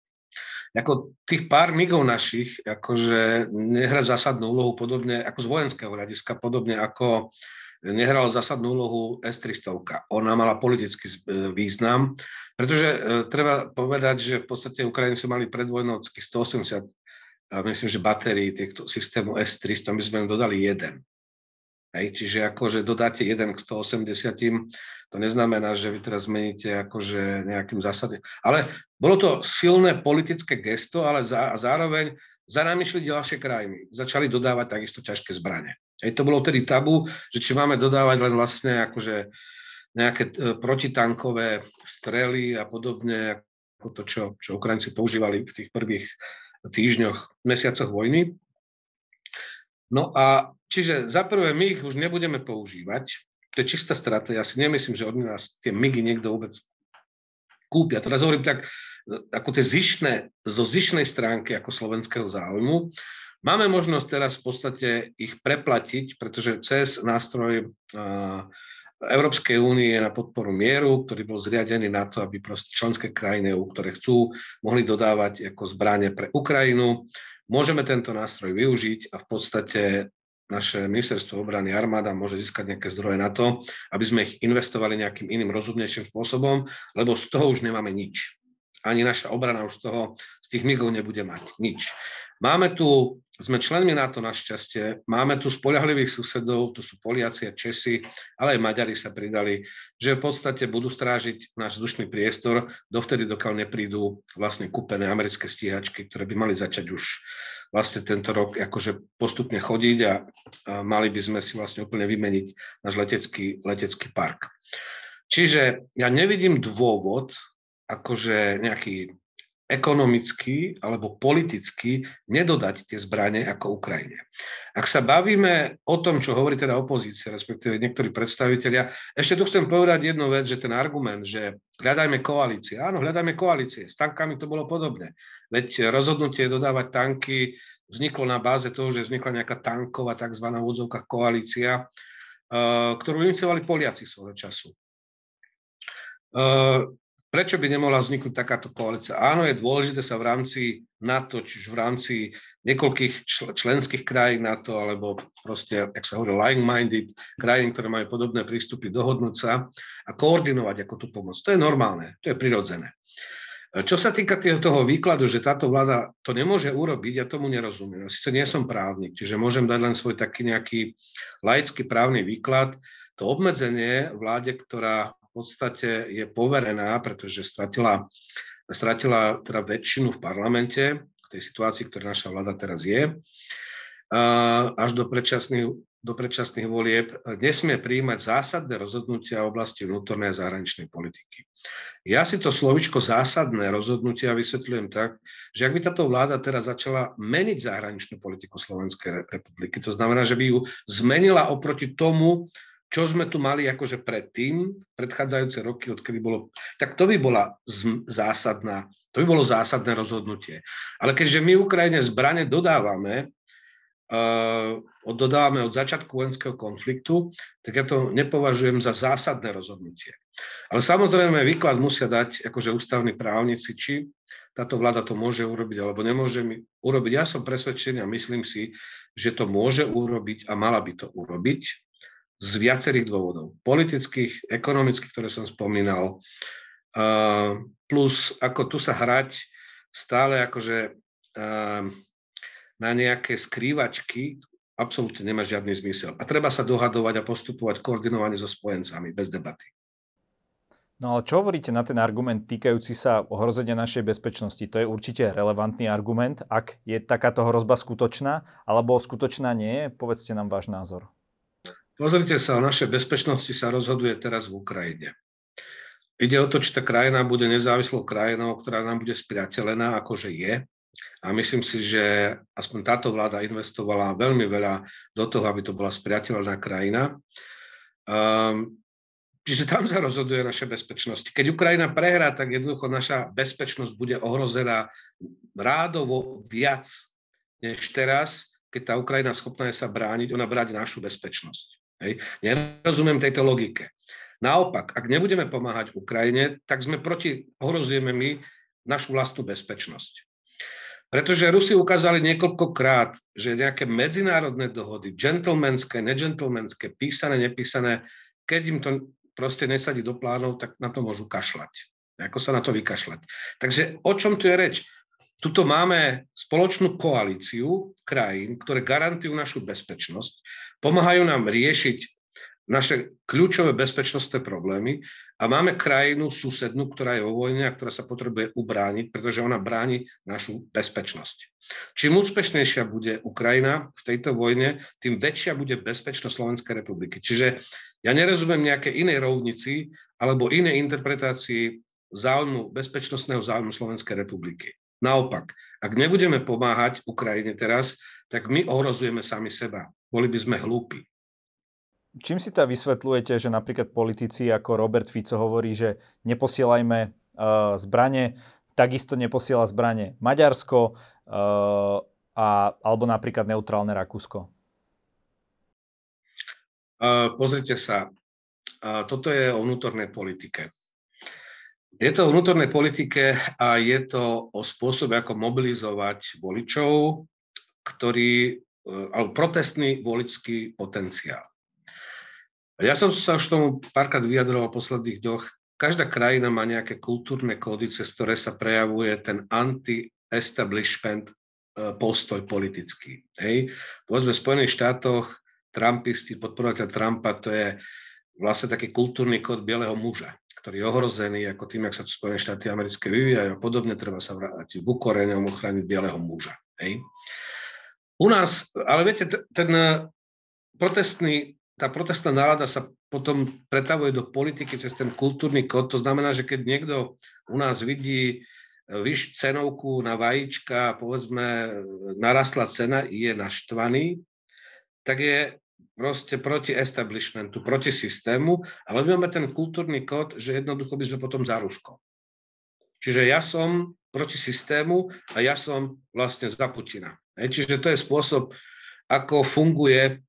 Ako tých pár migov našich akože nehrá zásadnú úlohu podobne ako z vojenského hľadiska, podobne ako nehrala zásadnú úlohu es tristo. Ona mala politický význam, pretože treba povedať, že v podstate Ukrajinci mali pred vojnou stoosemdesiat, myslím, že batérií týchto systému es tristo, my sme im dodali jeden. Hej, čiže akože dodáte jeden k stoosemdesiat, to neznamená, že vy teraz zmeníte akože nejakým zásadom. Ale bolo to silné politické gesto, ale zá, zároveň za nami šli ďalšie krajiny. Začali dodávať takisto ťažké zbrane. Hej, to bolo tedy tabu, že či máme dodávať len vlastne akože nejaké protitankové strely a podobne, ako to, čo, čo Ukrajinci používali v tých prvých týždňoch, mesiacoch vojny. No a čiže za prvé my ich už nebudeme používať, to je čistá strata, ja si nemyslím, že od nás tie migy niekto vôbec kúpia. Teraz hovorím tak, ako tie zišné, zo zišnej stránky ako slovenského záujmu. Máme možnosť teraz v podstate ich preplatiť, pretože cez nástroj uh, Európskej únie na podporu mieru, ktorý bol zriadený na to, aby proste členské krajiny, ktoré chcú, mohli dodávať ako zbrane pre Ukrajinu. Môžeme tento nástroj využiť a v podstate naše ministerstvo obrany, armáda môže získať nejaké zdroje na to, aby sme ich investovali nejakým iným rozumnejším spôsobom, lebo z toho už nemáme nič. Ani naša obrana už z toho, z tých migov nebude mať nič. Máme tu, sme členmi NATO našťastie, máme tu spoľahlivých susedov, to sú Poliaci a Česi, ale aj Maďari sa pridali, že v podstate budú strážiť náš vzdušný priestor, dovtedy, dokiaľ neprídu vlastne kúpené americké stíhačky, ktoré by mali začať už vlastne tento rok akože postupne chodiť a, a mali by sme si vlastne úplne vymeniť náš letecký, letecký park. Čiže ja nevidím dôvod, akože nejaký ekonomicky alebo politicky nedodať tie zbrane ako Ukrajine. Ak sa bavíme o tom, čo hovorí teda opozícia, respektíve niektorí predstavitelia, ešte tu chcem povedať jednu vec, že ten argument, že hľadajme koalície. Áno, hľadajme koalície. S tankami to bolo podobné. Veď rozhodnutie dodávať tanky vzniklo na báze toho, že vznikla nejaká tanková tzv. V úvodzovkách koalícia, ktorú iniciovali Poliaci svojho času. Prečo by nemohla vzniknúť takáto koalícia? Áno, je dôležité sa v rámci NATO, čiže v rámci niekoľkých členských krajín NATO, alebo proste, jak sa hovorí, like-minded krajín, ktoré majú podobné prístupy, dohodnúť sa a koordinovať ako tú pomoc. To je normálne, to je prirodzené. Čo sa týka toho výkladu, že táto vláda to nemôže urobiť, ja tomu nerozumiem. Ja síce nie som právnik, čiže môžem dať len svoj taký nejaký laický právny výklad. To obmedzenie vláde, ktorá v podstate je poverená, pretože stratila, stratila teda väčšinu v parlamente, v tej situácii, ktorá naša vláda teraz je, až do predčasných, do predčasných volieb, nesmie prijímať zásadné rozhodnutia v oblasti vnútornej a zahraničnej politiky. Ja si to slovičko zásadné rozhodnutia vysvetľujem tak, že ak by táto vláda teraz začala meniť zahraničnú politiku Slovenskej republiky, to znamená, že by ju zmenila oproti tomu, čo sme tu mali akože predtým, predchádzajúce roky, odkedy bolo, tak to by bola zásadná, to by bolo zásadné rozhodnutie. Ale keďže my Ukrajine zbrane dodávame, dodávame od začiatku vojenského konfliktu, tak ja to nepovažujem za zásadné rozhodnutie. Ale samozrejme výklad musia dať akože ústavní právnici, či táto vláda to môže urobiť alebo nemôže urobiť. Ja som presvedčený a myslím si, že to môže urobiť a mala by to urobiť z viacerých dôvodov. Politických, ekonomických, ktoré som spomínal, plus ako tu sa hrať stále akože na nejaké skrývačky absolútne nemá žiadny zmysel. A treba sa dohadovať a postupovať koordinovane so spojencami, bez debaty. No ale čo hovoríte na ten argument týkajúci sa ohrozenia našej bezpečnosti? To je určite relevantný argument, ak je takáto hrozba skutočná, alebo skutočná nie je? Povedzte nám váš názor. Pozrite sa, o našej bezpečnosti sa rozhoduje teraz v Ukrajine. Ide o to, či tá krajina bude nezávislou krajinou, ktorá nám bude spriateľená, akože je. A myslím si, že aspoň táto vláda investovala veľmi veľa do toho, aby to bola spriateľná krajina. Um, čiže tam sa rozhoduje naša bezpečnosť. Keď Ukrajina prehrá, tak jednoducho naša bezpečnosť bude ohrozená rádovo viac než teraz, keď tá Ukrajina schopná je sa brániť, ona bráni našu bezpečnosť. Hej. Nerozumiem tejto logike. Naopak, ak nebudeme pomáhať Ukrajine, tak sme proti, ohrozujeme my našu vlastnú bezpečnosť. Pretože Rusi ukázali niekoľkokrát, že nejaké medzinárodné dohody, gentlemanské, negentlemanské, písané, nepísané, keď im to proste nesadí do plánov, tak na to môžu kašľať. Ako sa na to vykašľať. Takže o čom tu je reč? Tuto máme spoločnú koalíciu krajín, ktoré garantujú našu bezpečnosť, pomáhajú nám riešiť naše kľúčové bezpečnostné problémy a máme krajinu susednú, ktorá je vo vojne a ktorá sa potrebuje ubrániť, pretože ona bráni našu bezpečnosť. Čím úspešnejšia bude Ukrajina v tejto vojne, tým väčšia bude bezpečnosť Slovenskej republiky. Čiže ja nerozumiem nejakej inej rovnici alebo inej interpretácii záujmu, bezpečnostného záujmu Slovenskej republiky. Naopak, ak nebudeme pomáhať Ukrajine teraz, tak my ohrozujeme sami seba. Boli by sme hlúpi. Čím si to vysvetľujete, že napríklad politici ako Robert Fico hovorí, že neposielajme uh, zbrane, takisto neposiela zbrane Maďarsko uh, a, alebo napríklad neutrálne Rakúsko? Uh, pozrite sa, uh, toto je o vnútornej politike. Je to o vnútornej politike a je to o spôsobe, ako mobilizovať voličov, ktorý, uh, alebo protestný voličský potenciál. Ja som sa už tomu párkrát vyjadroval v posledných dňoch. Každá krajina má nejaké kultúrne kódy, cez ktoré sa prejavuje ten anti-establishment postoj politický. Hej. Povedzme v Spojených štátoch trumpisti, podporovateľ Trumpa, to je vlastne taký kultúrny kód bieleho muža, ktorý je ohrozený ako tým, jak sa Spojené štáty americké vyvíjajú a podobne, treba sa vrátiť k ukoreňom ochrany bieleho muža. Hej. U nás, ale viete, ten protestný tá protestná nálada sa potom pretavuje do politiky cez ten kultúrny kód. To znamená, že keď niekto u nás vidí vyššiu cenovku na vajíčka, povedzme, narastla cena, je naštvaný, tak je proste proti establishmentu, proti systému, ale my máme ten kultúrny kód, že jednoducho by sme potom za Rusko. Čiže ja som proti systému a ja som vlastne za Putina. Čiže to je spôsob, ako funguje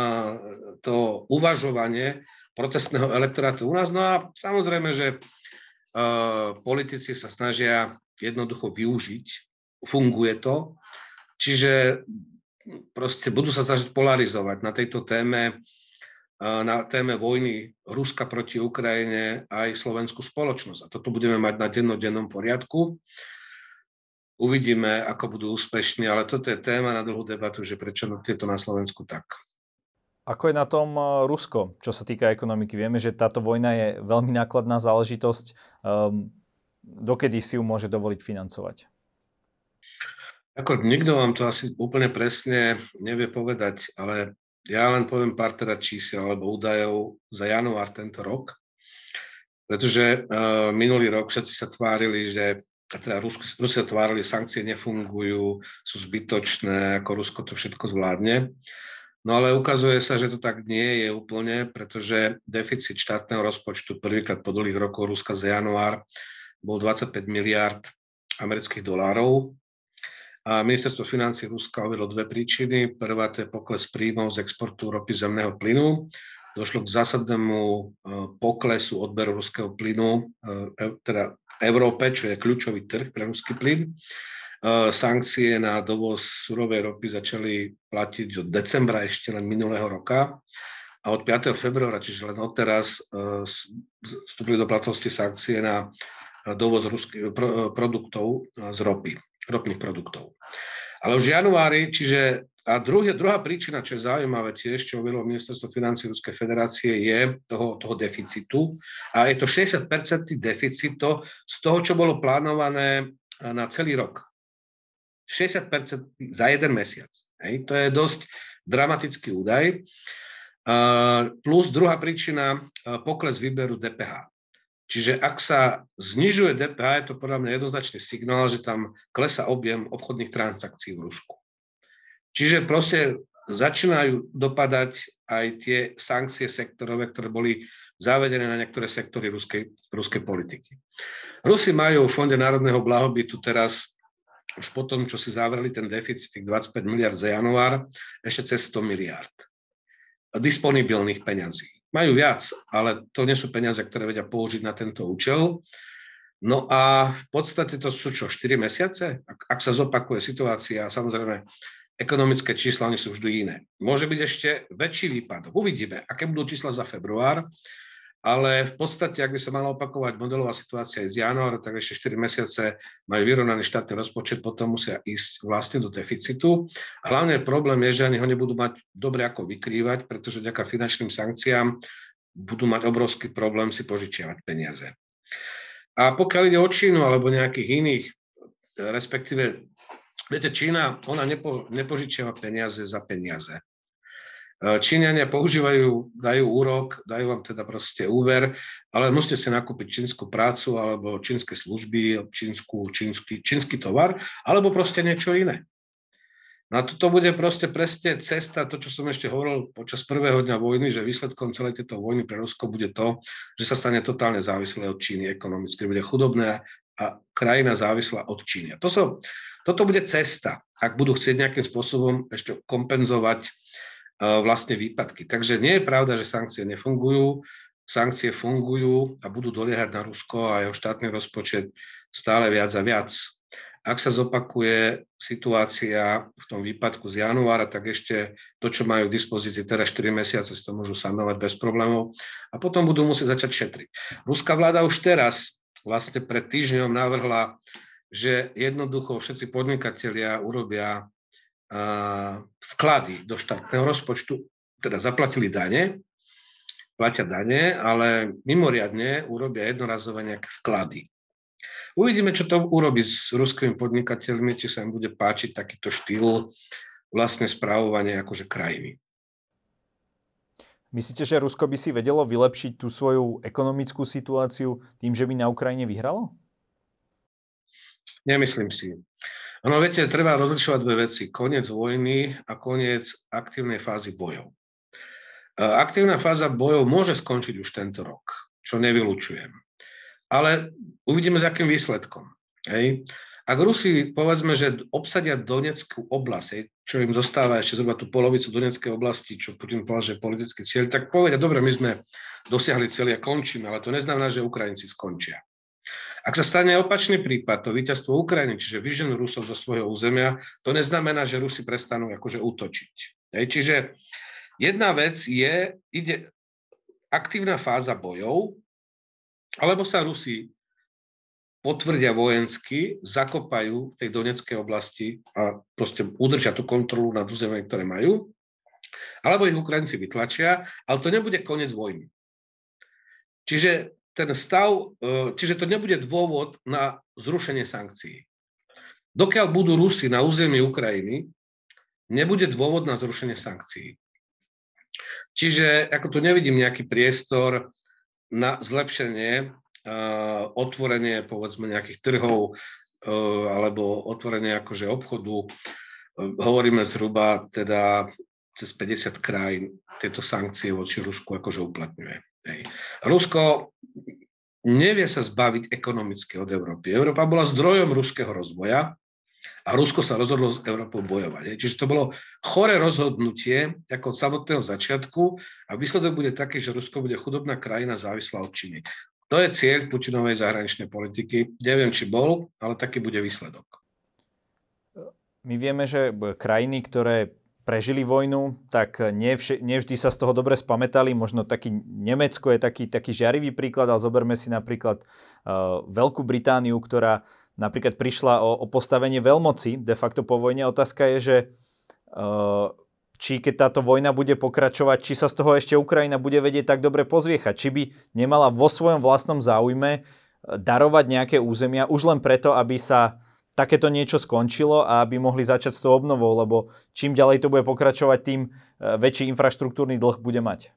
to uvažovanie protestného elektorátu u nás. No a samozrejme, že uh, politici sa snažia jednoducho využiť, funguje to, čiže proste budú sa snažiť polarizovať na tejto téme, uh, na téme vojny Ruska proti Ukrajine aj slovenskú spoločnosť. A toto budeme mať na dennodennom poriadku. Uvidíme, ako budú úspešní, ale toto je téma na dlhú debatu, že prečo je to na Slovensku tak. Ako je na tom Rusko, čo sa týka ekonomiky? Vieme, že táto vojna je veľmi nákladná záležitosť. Um, dokedy si ju môže dovoliť financovať? Ako, nikto vám to asi úplne presne nevie povedať, ale ja len poviem pár teda čísel alebo údajov za január tento rok, pretože uh, minulý rok všetci sa tvárili, že teda Rusko, Rusi sa tvárili, sankcie nefungujú, sú zbytočné, ako Rusko to všetko zvládne. No ale ukazuje sa, že to tak nie je úplne, pretože deficit štátneho rozpočtu prvýkrát po dlhých rokoch Ruska za január bol dvadsaťpäť miliárd amerických dolárov A ministerstvo financií Ruska uvedlo dve príčiny. Prvá to je pokles príjmov z exportu ropy zemného plynu. Došlo k zásadnému poklesu odberu ruského plynu, teda v Európe, čo je kľúčový trh pre ruský plyn. Sankcie na dovoz surovej ropy začali platiť od decembra ešte len minulého roka a od piateho februára, čiže len odteraz, vstúpili do platnosti sankcie na dovoz ruských produktov z ropy, ropných produktov. Ale už v januári, čiže a druhá, druhá príčina, čo je zaujímavé tiež, čo uvedlo ministerstvo financií Ruskej federácie, je toho, toho deficitu. A je to šesťdesiat percent deficit z toho, čo bolo plánované na celý rok. šesťdesiat percent za jeden mesiac. Hej. To je dosť dramatický údaj. Uh, plus druhá príčina, uh, pokles výberu dé pé há. Čiže ak sa znižuje dé pé há, je to podľa mňa jednoznačný signál, že tam klesá objem obchodných transakcií v Rusku. Čiže proste začínajú dopadať aj tie sankcie sektorové, ktoré boli zavedené na niektoré sektory ruskej, ruskej politiky. Rusi majú v Fonde národného blahobytu teraz už po tom, čo si zavreli ten deficit tých dvadsaťpäť miliárd za január, ešte cez sto miliárd disponibilných peňazí. Majú viac, ale to nie sú peniaze, ktoré vedia použiť na tento účel. No a v podstate to sú čo, štyri mesiace? Ak, ak sa zopakuje situácia, samozrejme, ekonomické čísla, oni sú vždy iné. Môže byť ešte väčší výpadok. Uvidíme, aké budú čísla za február, ale v podstate, ak by sa mala opakovať modelová situácia z januára, tak ešte štyri mesiace majú vyrovnaný štátny rozpočet, potom musia ísť vlastne do deficitu. Hlavne problém je, že ani ho nebudú mať dobre ako vykrývať, pretože vďaka finančným sankciám budú mať obrovský problém si požičiavať peniaze. A pokiaľ ide o Čínu alebo nejakých iných, respektíve, viete, Čína, ona nepo, nepožičiava peniaze za peniaze. Číňania používajú, dajú úrok, dajú vám teda proste úver, ale musíte si nakúpiť čínsku prácu alebo čínske služby, čínsku, čínsky, čínsky tovar, alebo proste niečo iné. No a toto bude proste presne cesta, to, čo som ešte hovoril počas prvého dňa vojny, že výsledkom celej tejto vojny pre Rusko bude to, že sa stane totálne závislé od Číny ekonomicky, bude chudobné a krajina závislá od Číny. To so, toto bude cesta, ak budú chcieť nejakým spôsobom ešte kompenzovať vlastne výpadky. Takže nie je pravda, že sankcie nefungujú. Sankcie fungujú a budú doliehať na Rusko a jeho štátny rozpočet stále viac a viac. Ak sa zopakuje situácia v tom výpadku z januára, tak ešte to, čo majú k dispozícii teraz štyri mesiace, si to môžu sanovať bez problémov a potom budú musieť začať šetriť. Ruská vláda už teraz, vlastne pred týždňom navrhla, že jednoducho všetci podnikatelia urobia vklady do štátneho rozpočtu, teda zaplatili dane, platia dane, ale mimoriadne urobia jednorazové nejaké vklady. Uvidíme, čo to urobí s ruskými podnikateľmi, či sa im bude páčiť takýto štýl vlastne správovania akože krajiny. Myslíte, že Rusko by si vedelo vylepšiť tú svoju ekonomickú situáciu tým, že by na Ukrajine vyhralo? Nemyslím si. Ono, viete, treba rozlišovať dve veci. Koniec vojny a koniec aktívnej fázy bojov. Aktívna fáza bojov môže skončiť už tento rok, čo nevylučujem. Ale uvidíme, s akým výsledkom. Hej. Ak Rusi, povedzme, že obsadia Donetskú oblasť, čo im zostáva ešte zhruba tú polovicu Donetskej oblasti, čo Putin považuje politický cieľ, tak povedia, dobre, my sme dosiahli cieľ a končíme, ale to neznamená, že Ukrajinci skončia. Ak sa stane opačný prípad, to víťazstvo Ukrajiny, čiže vyženú Rusov zo svojho územia, to neznamená, že Rusi prestanú akože útočiť. Hej, čiže jedna vec je, ide aktívna fáza bojov, alebo sa Rusi potvrdia vojensky, zakopajú v tej Donetskej oblasti a proste udržia tú kontrolu nad územím, ktoré majú, alebo ich Ukrajinci vytlačia, ale to nebude koniec vojny. Čiže ten stav, čiže to nebude dôvod na zrušenie sankcií. Dokiaľ budú Rusi na území Ukrajiny, nebude dôvod na zrušenie sankcií. Čiže ako tu nevidím nejaký priestor na zlepšenie, otvorenie povedzme nejakých trhov alebo otvorenie akože obchodu. Hovoríme zhruba teda cez päťdesiat krajín tieto sankcie voči Rusku akože uplatňuje. Hej. Rusko nevie sa zbaviť ekonomicky od Európy. Európa bola zdrojom ruského rozvoja A Rusko sa rozhodlo s Európou bojovať. Čiže to bolo choré rozhodnutie ako od samotného začiatku a výsledok bude taký, že Rusko bude chudobná krajina závislá od Číny. To je cieľ Putinovej zahraničnej politiky. Neviem, či bol, ale taký bude výsledok. My vieme, že krajiny, ktoré prežili vojnu, tak nevš- nevždy sa z toho dobre spamätali. Možno taký Nemecko je taký, taký žiarivý príklad, ale zoberme si napríklad uh, Veľkú Britániu, ktorá napríklad prišla o, o postavenie veľmoci de facto po vojne. Otázka je, že uh, či keď táto vojna bude pokračovať, či sa z toho ešte Ukrajina bude vedieť tak dobre pozviechať. Či by nemala vo svojom vlastnom záujme darovať nejaké územia už len preto, aby sa takéto niečo skončilo a aby mohli začať s tou obnovou, lebo čím ďalej to bude pokračovať, tým väčší infraštruktúrny dlh bude mať.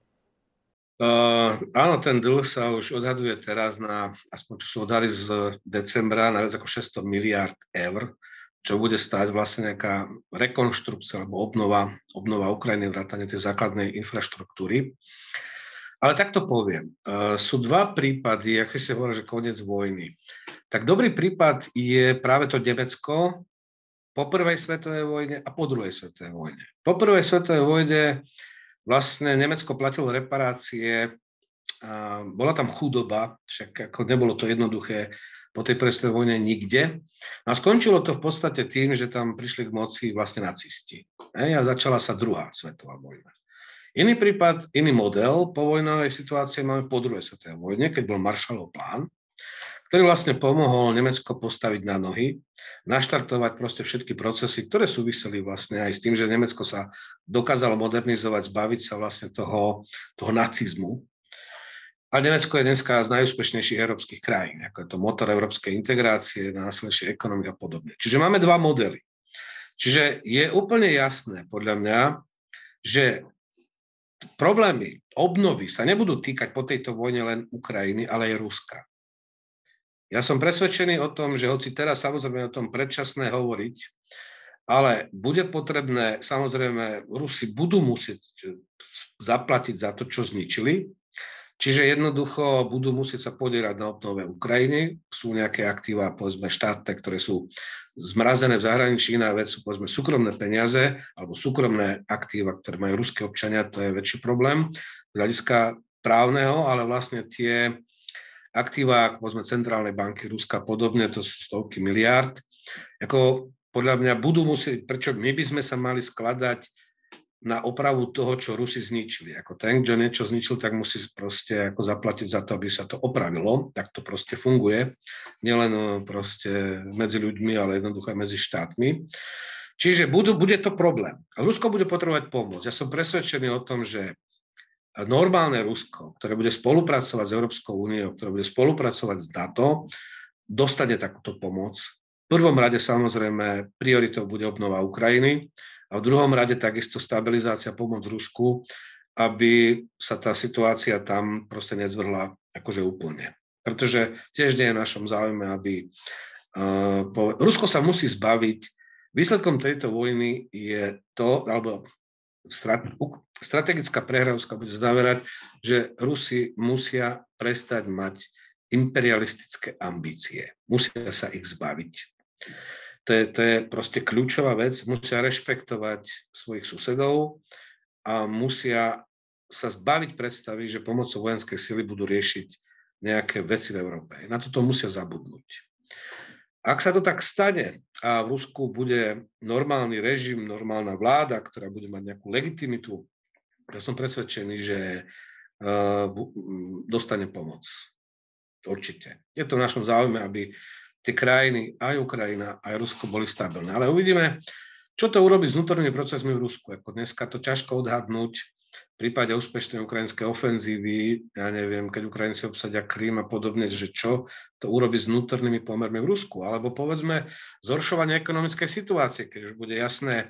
Uh, áno, ten dlh sa už odhaduje teraz na, aspoň čo sú odhady z decembra, na viac ako šesťsto miliárd eur, čo bude stáť vlastne nejaká rekonštrukcia alebo obnova, obnova Ukrajiny, vrátane tej základnej infraštruktúry. Ale tak to poviem. Uh, sú dva prípady, ako si hovorí, že koniec vojny. Tak dobrý prípad je práve to Nemecko po prvej svetovej vojne a po druhej svetovej vojne. Po prvej svetovej vojne vlastne Nemecko platilo reparácie, a bola tam chudoba, však ako nebolo to jednoduché po tej prvej svetovej vojne nikde. A skončilo to v podstate tým, že tam prišli k moci vlastne nacisti. A začala sa druhá svetová vojna. Iný prípad, iný model povojnovej situácie máme po druhej svetovej vojne, keď bol Marshallov plán, ktorý vlastne pomohol Nemecko postaviť na nohy, naštartovať proste všetky procesy, ktoré súviseli vlastne aj s tým, že Nemecko sa dokázalo modernizovať, zbaviť sa vlastne toho, toho nacizmu. A Nemecko je dneska z najúspešnejších európskych krajín, ako je to motor európskej integrácie, následnejšej ekonomiky a podobne. Čiže máme dva modely. Čiže je úplne jasné, podľa mňa, že problémy obnovy sa nebudú týkať po tejto vojne len Ukrajiny, ale aj Ruska. Ja som presvedčený o tom, že hoci teraz samozrejme o tom predčasné hovoriť, ale bude potrebné, samozrejme, Rusi budú musieť zaplatiť za to, čo zničili. Čiže jednoducho budú musieť sa podierať na obnove Ukrajiny. Sú nejaké aktíva, povedzme, štátne, ktoré sú zmrazené v zahraničí. Iná vec sú, povedzme, súkromné peniaze alebo súkromné aktíva, ktoré majú ruské občania. To je väčší problém z hľadiska právneho, ale vlastne tie aktíva, ako povedzme centrálnej banky Ruska podobne, to sú stovky miliárd. Ako podľa mňa budú musieť, prečo my by sme sa mali skladať na opravu toho, čo Rusi zničili. Ako ten, kto niečo zničil, tak musí proste ako zaplatiť za to, aby sa to opravilo. Tak to proste funguje. Nielen proste medzi ľuďmi, ale jednoducho aj medzi štátmi. Čiže budú, bude to problém. A Rusko bude potrebovať pomoc. Ja som presvedčený o tom, že normálne Rusko, ktoré bude spolupracovať s Európskou úniou, ktoré bude spolupracovať s NATO, dostane takúto pomoc. V prvom rade samozrejme prioritou bude obnova Ukrajiny a v druhom rade takisto stabilizácia, pomoc Rusku, aby sa tá situácia tam proste nezvrhla akože úplne. Pretože tiež nie je v našom záujme, aby... Uh, po... Rusko sa musí zbaviť. Výsledkom tejto vojny je to, alebo strategická prehra Ruska bude znamenať, že Rusi musia prestať mať imperialistické ambície. Musia sa ich zbaviť. To je, to je proste kľúčová vec. Musia rešpektovať svojich susedov a musia sa zbaviť predstavy, že pomocou vojenskej sily budú riešiť nejaké veci v Európe. Na toto musia zabudnúť. Ak sa to tak stane a v Rusku bude normálny režim, normálna vláda, ktorá bude mať nejakú legitimitu, ja som presvedčený, že uh, dostane pomoc. Určite. Je to v našom záujme, aby tie krajiny, aj Ukrajina, aj Rusko boli stabilné. Ale uvidíme, čo to urobí s vnútornými procesmi v Rusku. Ako dneska to ťažko odhadnúť. V prípade úspešnej ukrajinskej ofenzívy, ja neviem, keď Ukrajinci obsadia Krym a podobne, že čo to urobí s vnútornými pomermi v Rusku. Alebo povedzme zhoršovanie ekonomickej situácie, keď už bude jasné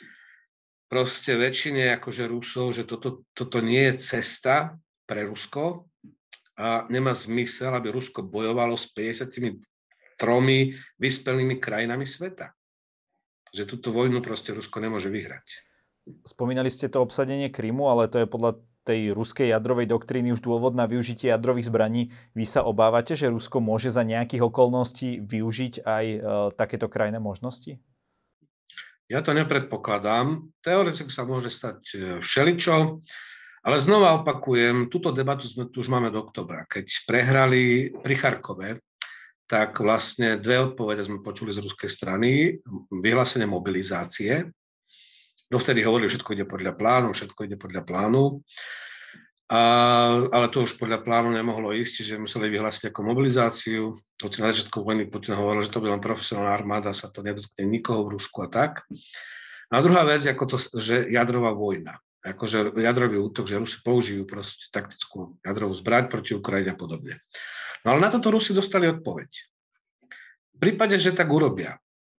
proste väčšine akože Rusov, že toto, toto nie je cesta pre Rusko a nemá zmysel, aby Rusko bojovalo s päťdesiatimi tromi vyspelými krajinami sveta. Že túto vojnu proste Rusko nemôže vyhrať. Spomínali ste to obsadenie Krymu, ale to je podľa tej ruskej jadrovej doktríny už dôvod na využitie jadrových zbraní. Vy sa obávate, že Rusko môže za nejakých okolností využiť aj e, takéto krajné možnosti? Ja to nepredpokladám. Teoreticky sa môže stať všeličo, ale znova opakujem, túto debatu sme tu už máme do oktobra. Keď prehrali pri Charkove, tak vlastne dve odpovede sme počuli z ruskej strany. Vyhlásenie mobilizácie. Dovtedy hovorili, všetko ide podľa plánu, všetko ide podľa plánu. A, ale to už podľa plánu nemohlo ísť, že museli vyhlásiť ako mobilizáciu. Hoci na začiatku vojny Putin hovoril, že to bude len profesionálna armáda, sa to nedotkne nikoho v Rusku a tak. A druhá vec, ako to, že jadrová vojna. Akože jadrový útok, že Rusi použijú proste taktickú jadrovú zbraň proti Ukrajine a podobne. No ale na toto Rusi dostali odpoveď. V prípade, že tak urobia,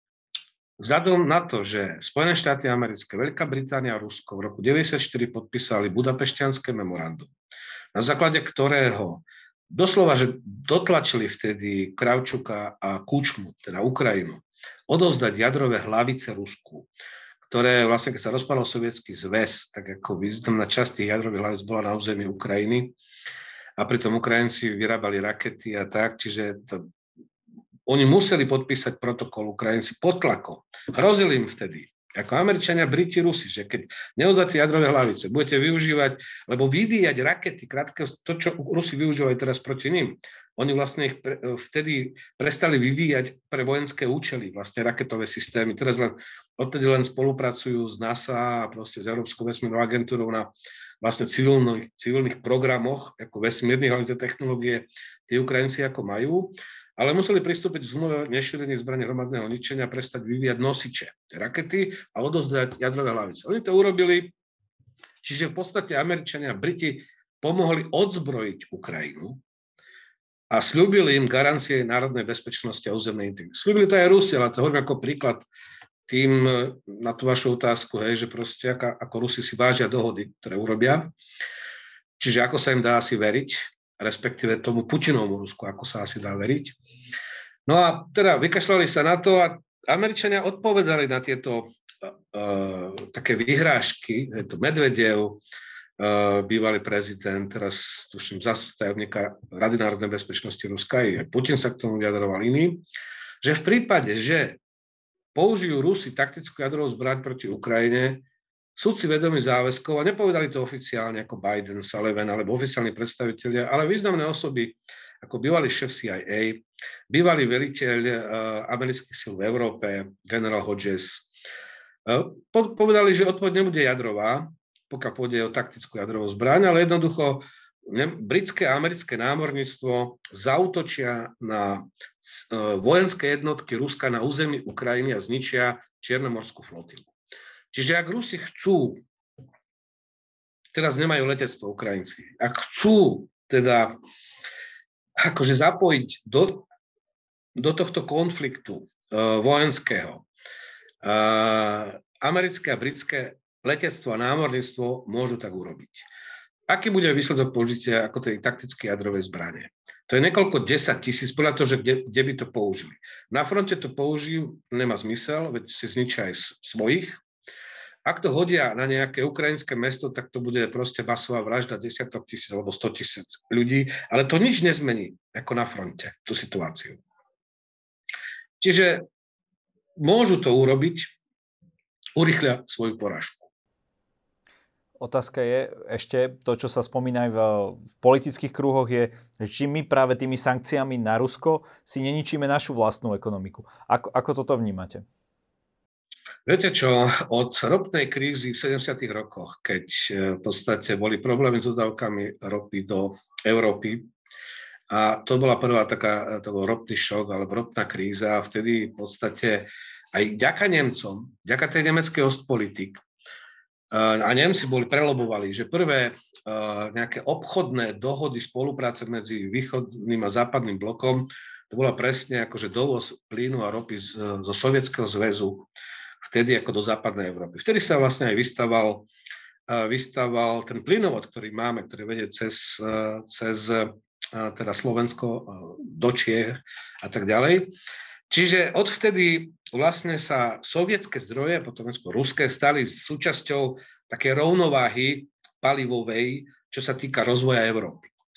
vzhľadom na to, že Spojené štáty americké, Veľká Británia a Rusko v roku deväťdesiatštyri podpísali Budapešťanské memorandum, na základe ktorého doslova, že dotlačili vtedy Kravčuka a Kučmu, teda Ukrajinu, odovzdať jadrové hlavice Rusku, ktoré vlastne, keď sa rozpadol Sovietsky zväz, tak ako významná časť tých jadrových hlavíc bola na území Ukrajiny a pritom Ukrajinci vyrábali rakety a tak, čiže to oni museli podpísať protokol Ukrajinci pod tlakom. Hrozili im vtedy, ako Američania, Briti, Rusi, že keď neodzáte jadrové hlavice, budete využívať, lebo vyvíjať rakety, krátke, to, čo Rusi využívajú teraz proti ním, oni vlastne ich pre, vtedy prestali vyvíjať pre vojenské účely, vlastne raketové systémy. Teraz len, odtedy len spolupracujú s NASA a proste s Európskou vesmírnou agentúrou na vlastne civilných, civilných programoch, ako vesmírnych, ale tie technológie, tie Ukrajinci ako majú. Ale museli pristúpiť k zmluve nešírenie zbrane hromadného ničenia, prestať vyvíjať nosiče, rakety a odovzdať jadrové hlavice. Oni to urobili, čiže v podstate Američania a Briti pomohli odzbrojiť Ukrajinu a sľúbili im garancie národnej bezpečnosti a územnej integrity. Sľúbili to aj Rusi, ale to hovorím ako príklad tým na tú vašu otázku, hej, že proste ako, ako Rusi si vážia dohody, ktoré urobia. Čiže ako sa im dá asi veriť, respektíve tomu Putinovmu Rusku, ako sa asi dá veriť. No a teda vykašľali sa na to a Američania odpovedali na tieto uh, také vyhrážky. Je to Medvedev, uh, bývalý prezident, teraz tuším zástupca tajomníka Rady národnej bezpečnosti Ruska, aj Putin sa k tomu vyjadroval iný, že v prípade, že použijú Rusi taktickú jadrovú zbraň proti Ukrajine, sú si vedomí záväzkov a nepovedali to oficiálne ako Biden, Sullivan alebo oficiálni predstavitelia, ale významné osoby ako bývalý šéf C I A, bývalý veliteľ uh, amerických síl v Európe, generál Hodges, uh, povedali, že odpoveď nebude jadrová, pokiaľ pôjde o taktickú jadrovú zbraň, ale jednoducho ne, britské a americké námorníctvo zaútočia na uh, vojenské jednotky Ruska na území Ukrajiny a zničia Čiernomorskú flotilu. Čiže ak Rusi chcú, teraz nemajú letectvo Ukrajinci, ak chcú teda akože zapojiť do, do tohto konfliktu uh, vojenského uh, americké a britské letectvo a námorníctvo, môžu tak urobiť. Aký bude výsledok použitia ako tej taktickej jadrovej zbrane? To je niekoľko desať tisíc, podľa toho, že kde, kde by to použili. Na fronte to použijú, nemá zmysel, veď si zničia aj svojich. Ak to hodia na nejaké ukrajinské mesto, tak to bude proste masová vražda desiatok tisíc alebo sto tisíc ľudí, ale to nič nezmení ako na fronte, tú situáciu. Čiže môžu to urobiť, urýchlia svoju porážku. Otázka je ešte to, čo sa spomína aj v, v politických kruhoch, je, že či my práve tými sankciami na Rusko si neničíme našu vlastnú ekonomiku. Ako, ako toto vnímate? Viete čo, od ropnej krízy v sedemdesiatych rokoch, keď v podstate boli problémy s dodávkami ropy do Európy, a to bola prvá taká, to bol ropný šok, alebo ropná kríza, a vtedy v podstate aj vďaka Nemcom, vďaka tej nemeckej Ostpolitik, a Nemci boli prelobovali, že prvé nejaké obchodné dohody, spolupráce medzi východným a západným blokom, to bola presne akože dovoz plynu a ropy zo Sovietskeho zväzu, vtedy ako do západnej Európy. Vtedy sa vlastne aj vystaval, vystaval ten plynovod, ktorý máme, ktorý vedie cez, cez teda Slovensko do Čiech a tak ďalej. Čiže odvtedy vlastne sa sovietské zdroje, potom ruské, stali súčasťou také rovnováhy palivovej, čo sa týka rozvoja Európy.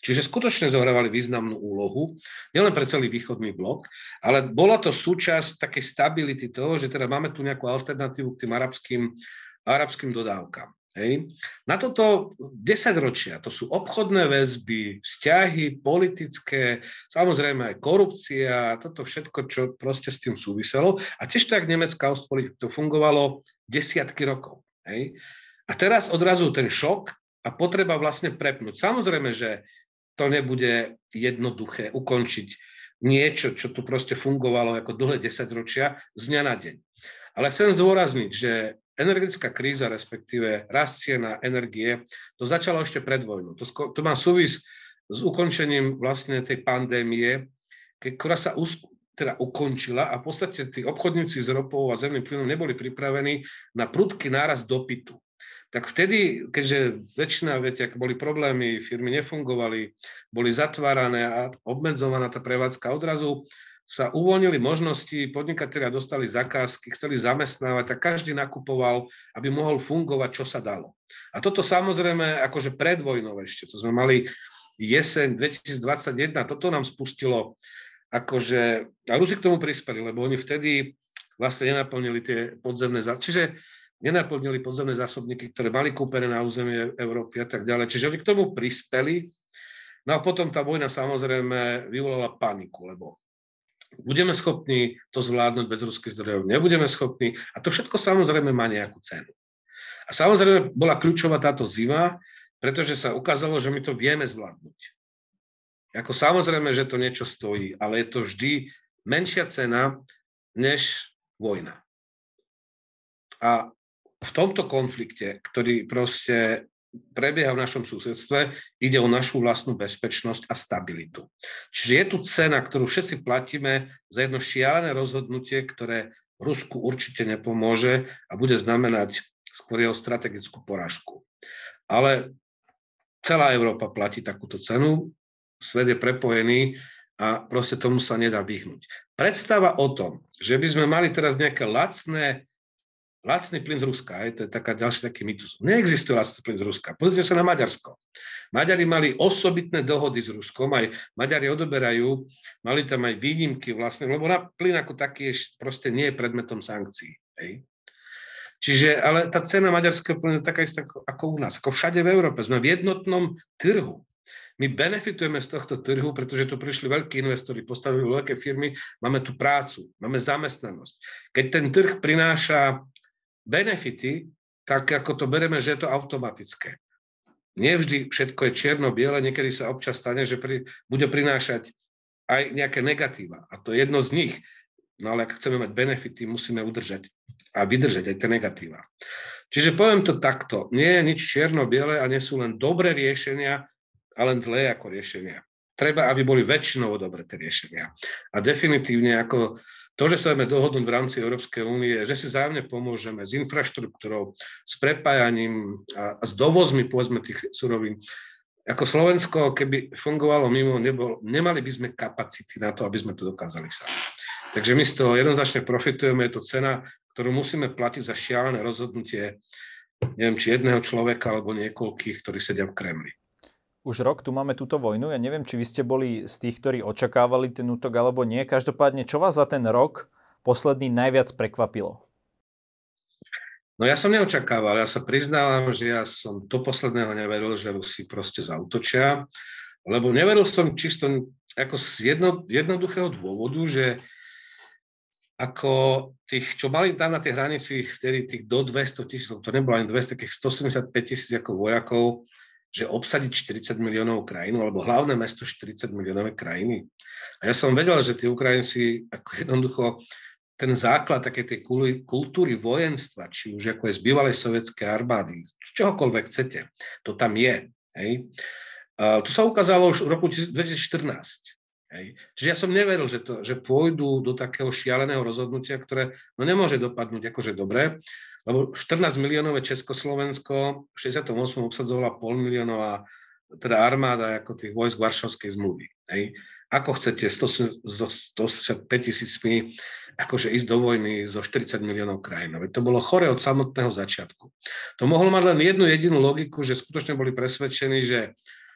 Čiže skutočne zohrávali významnú úlohu, nielen pre celý východný blok, ale bola to súčasť takej stability toho, že teda máme tu nejakú alternatívu k tým arabským, arabským dodávkam. Hej. Na toto desaťročia, to sú obchodné väzby, vzťahy politické, samozrejme aj korupcia, toto všetko, čo proste s tým súviselo. A tiež tak nemecká ostpolitika, to fungovalo desiatky rokov. Hej. A teraz odrazu ten šok a potreba vlastne prepnúť. Samozrejme, že to nebude jednoduché ukončiť niečo, čo tu proste fungovalo ako dlhé desaťročia z dňa na deň. Ale chcem zdôrazniť, že energetická kríza, respektíve rast cien na energie, to začalo ešte pred vojnou. To, to má súvis s ukončením vlastne tej pandémie, ktorá sa us, teda ukončila a v podstate tí obchodníci s ropou a zemným plynom neboli pripravení na prudký nárast dopytu. Tak vtedy, keďže väčšina, viete, ak boli problémy, firmy nefungovali, boli zatvárané a obmedzovaná tá prevádzka, odrazu sa uvoľnili možnosti, podnikatelia dostali zakázky, chceli zamestnávať, tak každý nakupoval, aby mohol fungovať, čo sa dalo. A toto samozrejme, akože pred vojnou ešte, to sme mali jeseň dvetisícdvadsaťjeden, toto nám spustilo, akože, a Rusi k tomu prispeli, lebo oni vtedy vlastne nenaplnili tie podzemné zásobníky, čiže nenaplnili podzemné zásobníky, ktoré mali kúpené na území Európy a tak ďalej. Čiže oni k tomu prispeli, no a potom tá vojna samozrejme vyvolala paniku, lebo budeme schopní to zvládnuť bez ruských zdrojov, nebudeme schopní. A to všetko samozrejme má nejakú cenu. A samozrejme bola kľúčová táto zima, pretože sa ukázalo, že my to vieme zvládnuť. Ako samozrejme, že to niečo stojí, ale je to vždy menšia cena než vojna. A v tomto konflikte, ktorý proste prebieha v našom susedstve, ide o našu vlastnú bezpečnosť a stabilitu. Čiže je tu cena, ktorú všetci platíme za jedno šialené rozhodnutie, ktoré Rusku určite nepomôže a bude znamenať skôr jeho strategickú porážku. Ale celá Európa platí takúto cenu, svet je prepojený a proste tomu sa nedá vyhnúť. Predstava o tom, že by sme mali teraz nejaké lacné Lacný plyn z Ruska, aj to je taká ďalší taký mýtus. Neexistuje lacný plyn z Ruska. Pozrite sa na Maďarsko. Maďari mali osobitné dohody s Ruskom, aj Maďari odoberajú, mali tam aj výnimky vlastne, lebo na plyn ako taký proste nie je predmetom sankcií. Hej. Čiže, ale tá cena maďarského plynu je taká istá ako, ako u nás, ako všade v Európe. Sme v jednotnom trhu. My benefitujeme z tohto trhu, pretože tu prišli veľkí investori, postavili veľké firmy, máme tu prácu, máme zamestnanosť. Keď ten trh prináša benefity, tak ako to bereme, že je to automatické. Nevždy všetko je čierno-biele, niekedy sa občas stane, že pri, bude prinášať aj nejaké negatíva. A to je jedno z nich. No ale ak chceme mať benefity, musíme udržať a vydržať aj tie negatíva. Čiže poviem to takto. Nie je nič čierno-biele a nie sú len dobré riešenia, a len zlé ako riešenia. Treba, aby boli väčšinovo dobré tie riešenia. A definitívne ako to, že sa vieme dohodnúť v rámci Európskej únie, že si vzájomne pomôžeme s infraštruktúrou, s prepájaním a, a s dovozmi, povedzme, tých surovín. Ako Slovensko, keby fungovalo mimo, nebol, nemali by sme kapacity na to, aby sme to dokázali sami. Takže my z toho jednoznačne profitujeme, je to cena, ktorú musíme platiť za šialené rozhodnutie, neviem, či jedného človeka, alebo niekoľkých, ktorí sedia v Kremli. Už rok tu máme túto vojnu. Ja neviem, či vy ste boli z tých, ktorí očakávali ten útok, alebo nie. Každopádne, čo vás za ten rok posledný najviac prekvapilo? No ja som neočakával. Ja sa priznávam, že ja som do posledného neveril, že Rusi proste zaútočia. Lebo neveril som čisto ako z jedno, jednoduchého dôvodu, že ako tých, čo mali tam na tej hranici, vtedy tých do dvesto tisíc, to nebolo ani dvesto, takých stosedemdesiatpäť tisíc ako vojakov, že obsadiť štyridsať miliónov krajinu, alebo hlavné mesto štyridsať miliónové krajiny. A ja som vedel, že tí Ukrajinci ako jednoducho ten základ takej tej kultúry vojenstva, či už ako je z bývalej sovietskej armády, čohokoľvek chcete, to tam je. Hej. A to sa ukázalo už v roku dvetisícštrnásť. Hej. Čiže ja som neveril, že, to, že pôjdu do takého šialeného rozhodnutia, ktoré no nemôže dopadnúť akože dobre, lebo štrnásť miliónové Československo v šesťdesiatom ôsmom obsadzovala pol miliónová teda armáda ako tých vojsk Varšavskej zmluvy. Hej. Ako chcete so stoosemdesiatpäť tisícmi akože ísť do vojny zo štyridsať miliónov krajín. To bolo chore od samotného začiatku. To mohlo mať len jednu jedinú logiku, že skutočne boli presvedčení, že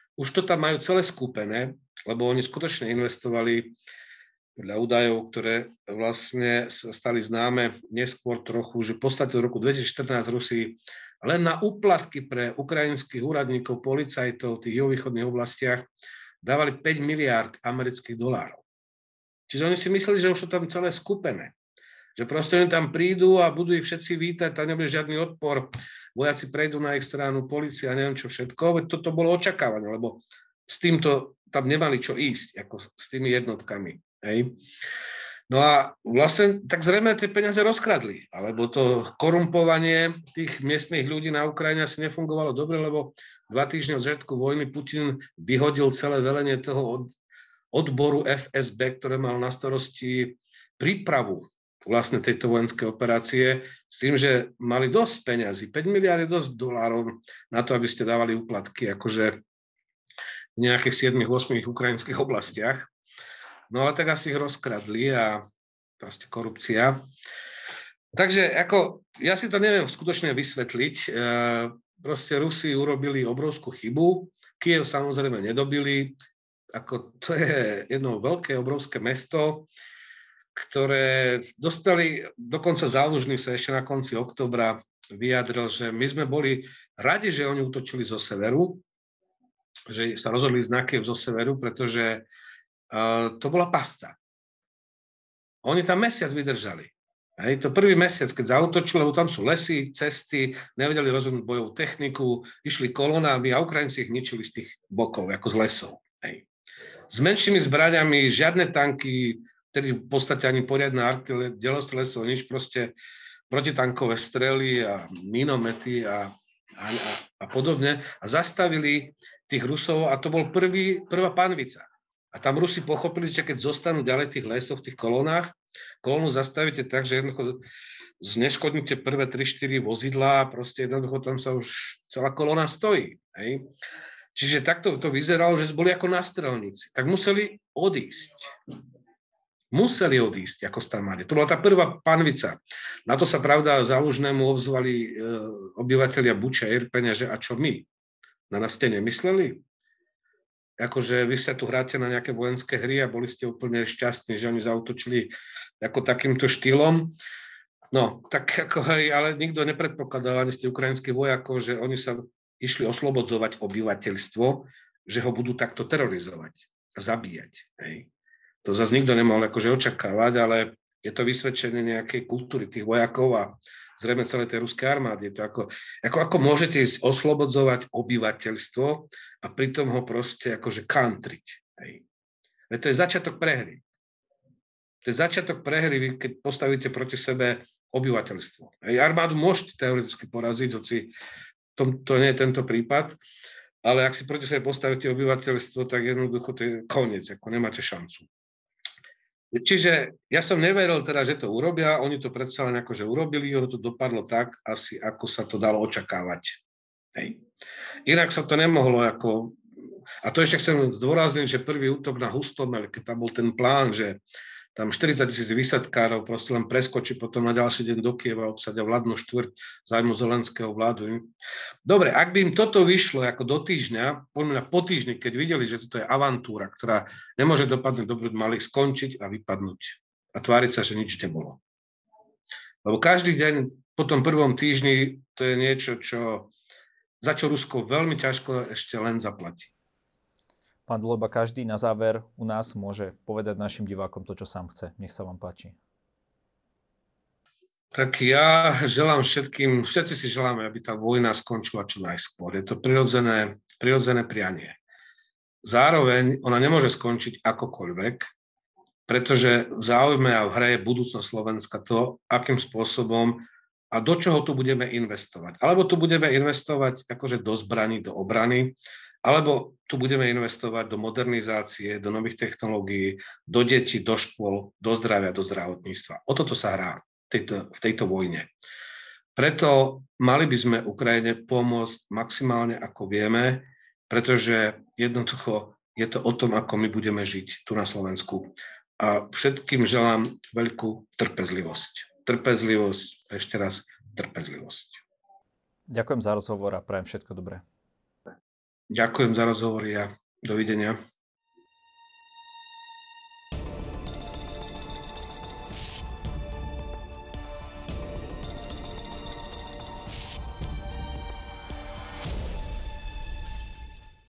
už to tam majú celé skúpené, lebo oni skutočne investovali podľa údajov, ktoré vlastne sa stali známe neskôr trochu, že v podstate od roku dvetisícštrnásť Rusi len na úplatky pre ukrajinských úradníkov, policajtov v tých juhovýchodných oblastiach dávali päť miliárd amerických dolárov. Čiže oni si mysleli, že už to tam celé skúpené. Že proste oni tam prídu a budú ich všetci vítať, tam nebude žiadny odpor, vojaci prejdú na ich stranu, polícia, neviem čo všetko. Veď toto bolo očakávanie, lebo s týmto tam nemali čo ísť, ako s tými jednotkami. Hej. No a vlastne tak zrejme tie peniaze rozkradli, alebo to korumpovanie tých miestnych ľudí na Ukrajine asi nefungovalo dobre, lebo dva týždne od začiatku vojny Putin vyhodil celé velenie toho odboru ef es bé, ktoré mal na starosti prípravu vlastne tejto vojenskej operácie, s tým, že mali dosť peňazí. päť miliárd je dosť dolárov na to, aby ste dávali úplatky, akože v nejakých siedmich ôsmich ukrajinských oblastiach. No ale tak asi ich rozkradli a proste korupcia. Takže ako, ja si to neviem skutočne vysvetliť. E, proste Rusi urobili obrovskú chybu. Kyjev samozrejme nedobili. Ako, to je jedno veľké, obrovské mesto, ktoré dostali, dokonca Zálužný sa ešte na konci októbra vyjadril, že my sme boli radi, že oni útočili zo severu, že sa rozhodli ísť na Kyjev zo severu, pretože uh, to bola pasca. Oni tam mesiac vydržali. Hej, to prvý mesiac, keď zaútočili, lebo tam sú lesy, cesty, nevedeli rozhodnúť bojovú techniku, išli kolónami a Ukrajinci ich ničili z tých bokov, ako z lesov. Hej. S menšími zbraňami, žiadne tanky, tedy v podstate ani poriadne artilérie, delostrelstvo, nič, proste protitankové strely a minomety a, a, a podobne. A zastavili tých Rusov a to bol prvý, prvá panvica. A tam Rusi pochopili, že keď zostanú ďalej v tých lesoch, v tých kolónach, kolónu zastavíte tak, že jednoducho zneškodníte prvé tri štyri vozidlá a proste jednoducho tam sa už celá kolóna stojí. Hej. Čiže takto to vyzeralo, že boli ako nástrelníci. Tak museli odísť. Museli odísť ako stamári. To bola tá prvá panvica. Na to sa, pravda, Zálužnému obzvali e, obyvateľia Buča a Irpeňa, že a čo my? Na nás ste nemysleli? Akože vy sa tu hráte na nejaké vojenské hry a boli ste úplne šťastní, že oni zaútočili ako takýmto štýlom. No, tak ako hej, ale nikto nepredpokladal, ani ste ukrajinských vojakov, že oni sa išli oslobodzovať obyvateľstvo, že ho budú takto terorizovať a zabíjať. Hej. To zase nikto nemohol akože očakávať, ale je to vysvedčenie nejakej kultúry tých vojakov a zrejme celej tej ruskej armády. Je to ako, ako, ako môžete ísť oslobodzovať obyvateľstvo a pritom ho proste akože kantriť. Hej. Veď to je začiatok prehry. To je začiatok prehry, keď postavíte proti sebe obyvateľstvo. Hej. Armádu môžete teoreticky poraziť, hoci to, to nie je tento prípad, ale ak si proti sebe postavíte obyvateľstvo, tak jednoducho to je koniec, ako nemáte šancu. Čiže ja som neveril teda, že to urobia, oni to predsa len akože urobili, ono to dopadlo tak, asi ako sa to dalo očakávať. Hej. Inak sa to nemohlo ako... A to ešte chcem zdôrazniť, že prvý útok na Hustomel, keď tam bol ten plán, že tam štyridsať tisíc výsadkárov proste len preskočí potom na ďalší deň do Kieva, obsadia vládnu štvrť zájmu zelenského vládu. Dobre, ak by im toto vyšlo ako do týždňa, poďme po týždni, keď videli, že toto je avantúra, ktorá nemôže dopadnúť dobre, mali skončiť a vypadnúť a tváriť sa, že nič nebolo. Lebo každý deň po tom prvom týždni to je niečo, čo, za čo Rusko veľmi ťažko ešte len zaplatí. Pán Dlojba, každý na záver u nás môže povedať našim divákom to, čo sám chce. Nech sa vám páči. Tak ja želám všetkým, všetci si želáme, aby tá vojna skončila čo najskôr. Je to prirodzené, prirodzené prianie. Zároveň ona nemôže skončiť akokoľvek, pretože v záujme a v hre je budúcnosť Slovenska to, akým spôsobom a do čoho tu budeme investovať. Alebo tu budeme investovať akože do zbraní, do obrany, alebo tu budeme investovať do modernizácie, do nových technológií, do detí, do škôl, do zdravia, do zdravotníctva. O toto sa hrá v tejto, v tejto vojne. Preto mali by sme Ukrajine pomôcť maximálne, ako vieme, pretože jednoducho je to o tom, ako my budeme žiť tu na Slovensku. A všetkým želám veľkú trpezlivosť. Trpezlivosť, ešte raz trpezlivosť. Ďakujem za rozhovor a prajem všetko dobré. Ďakujem za rozhovory a dovidenia.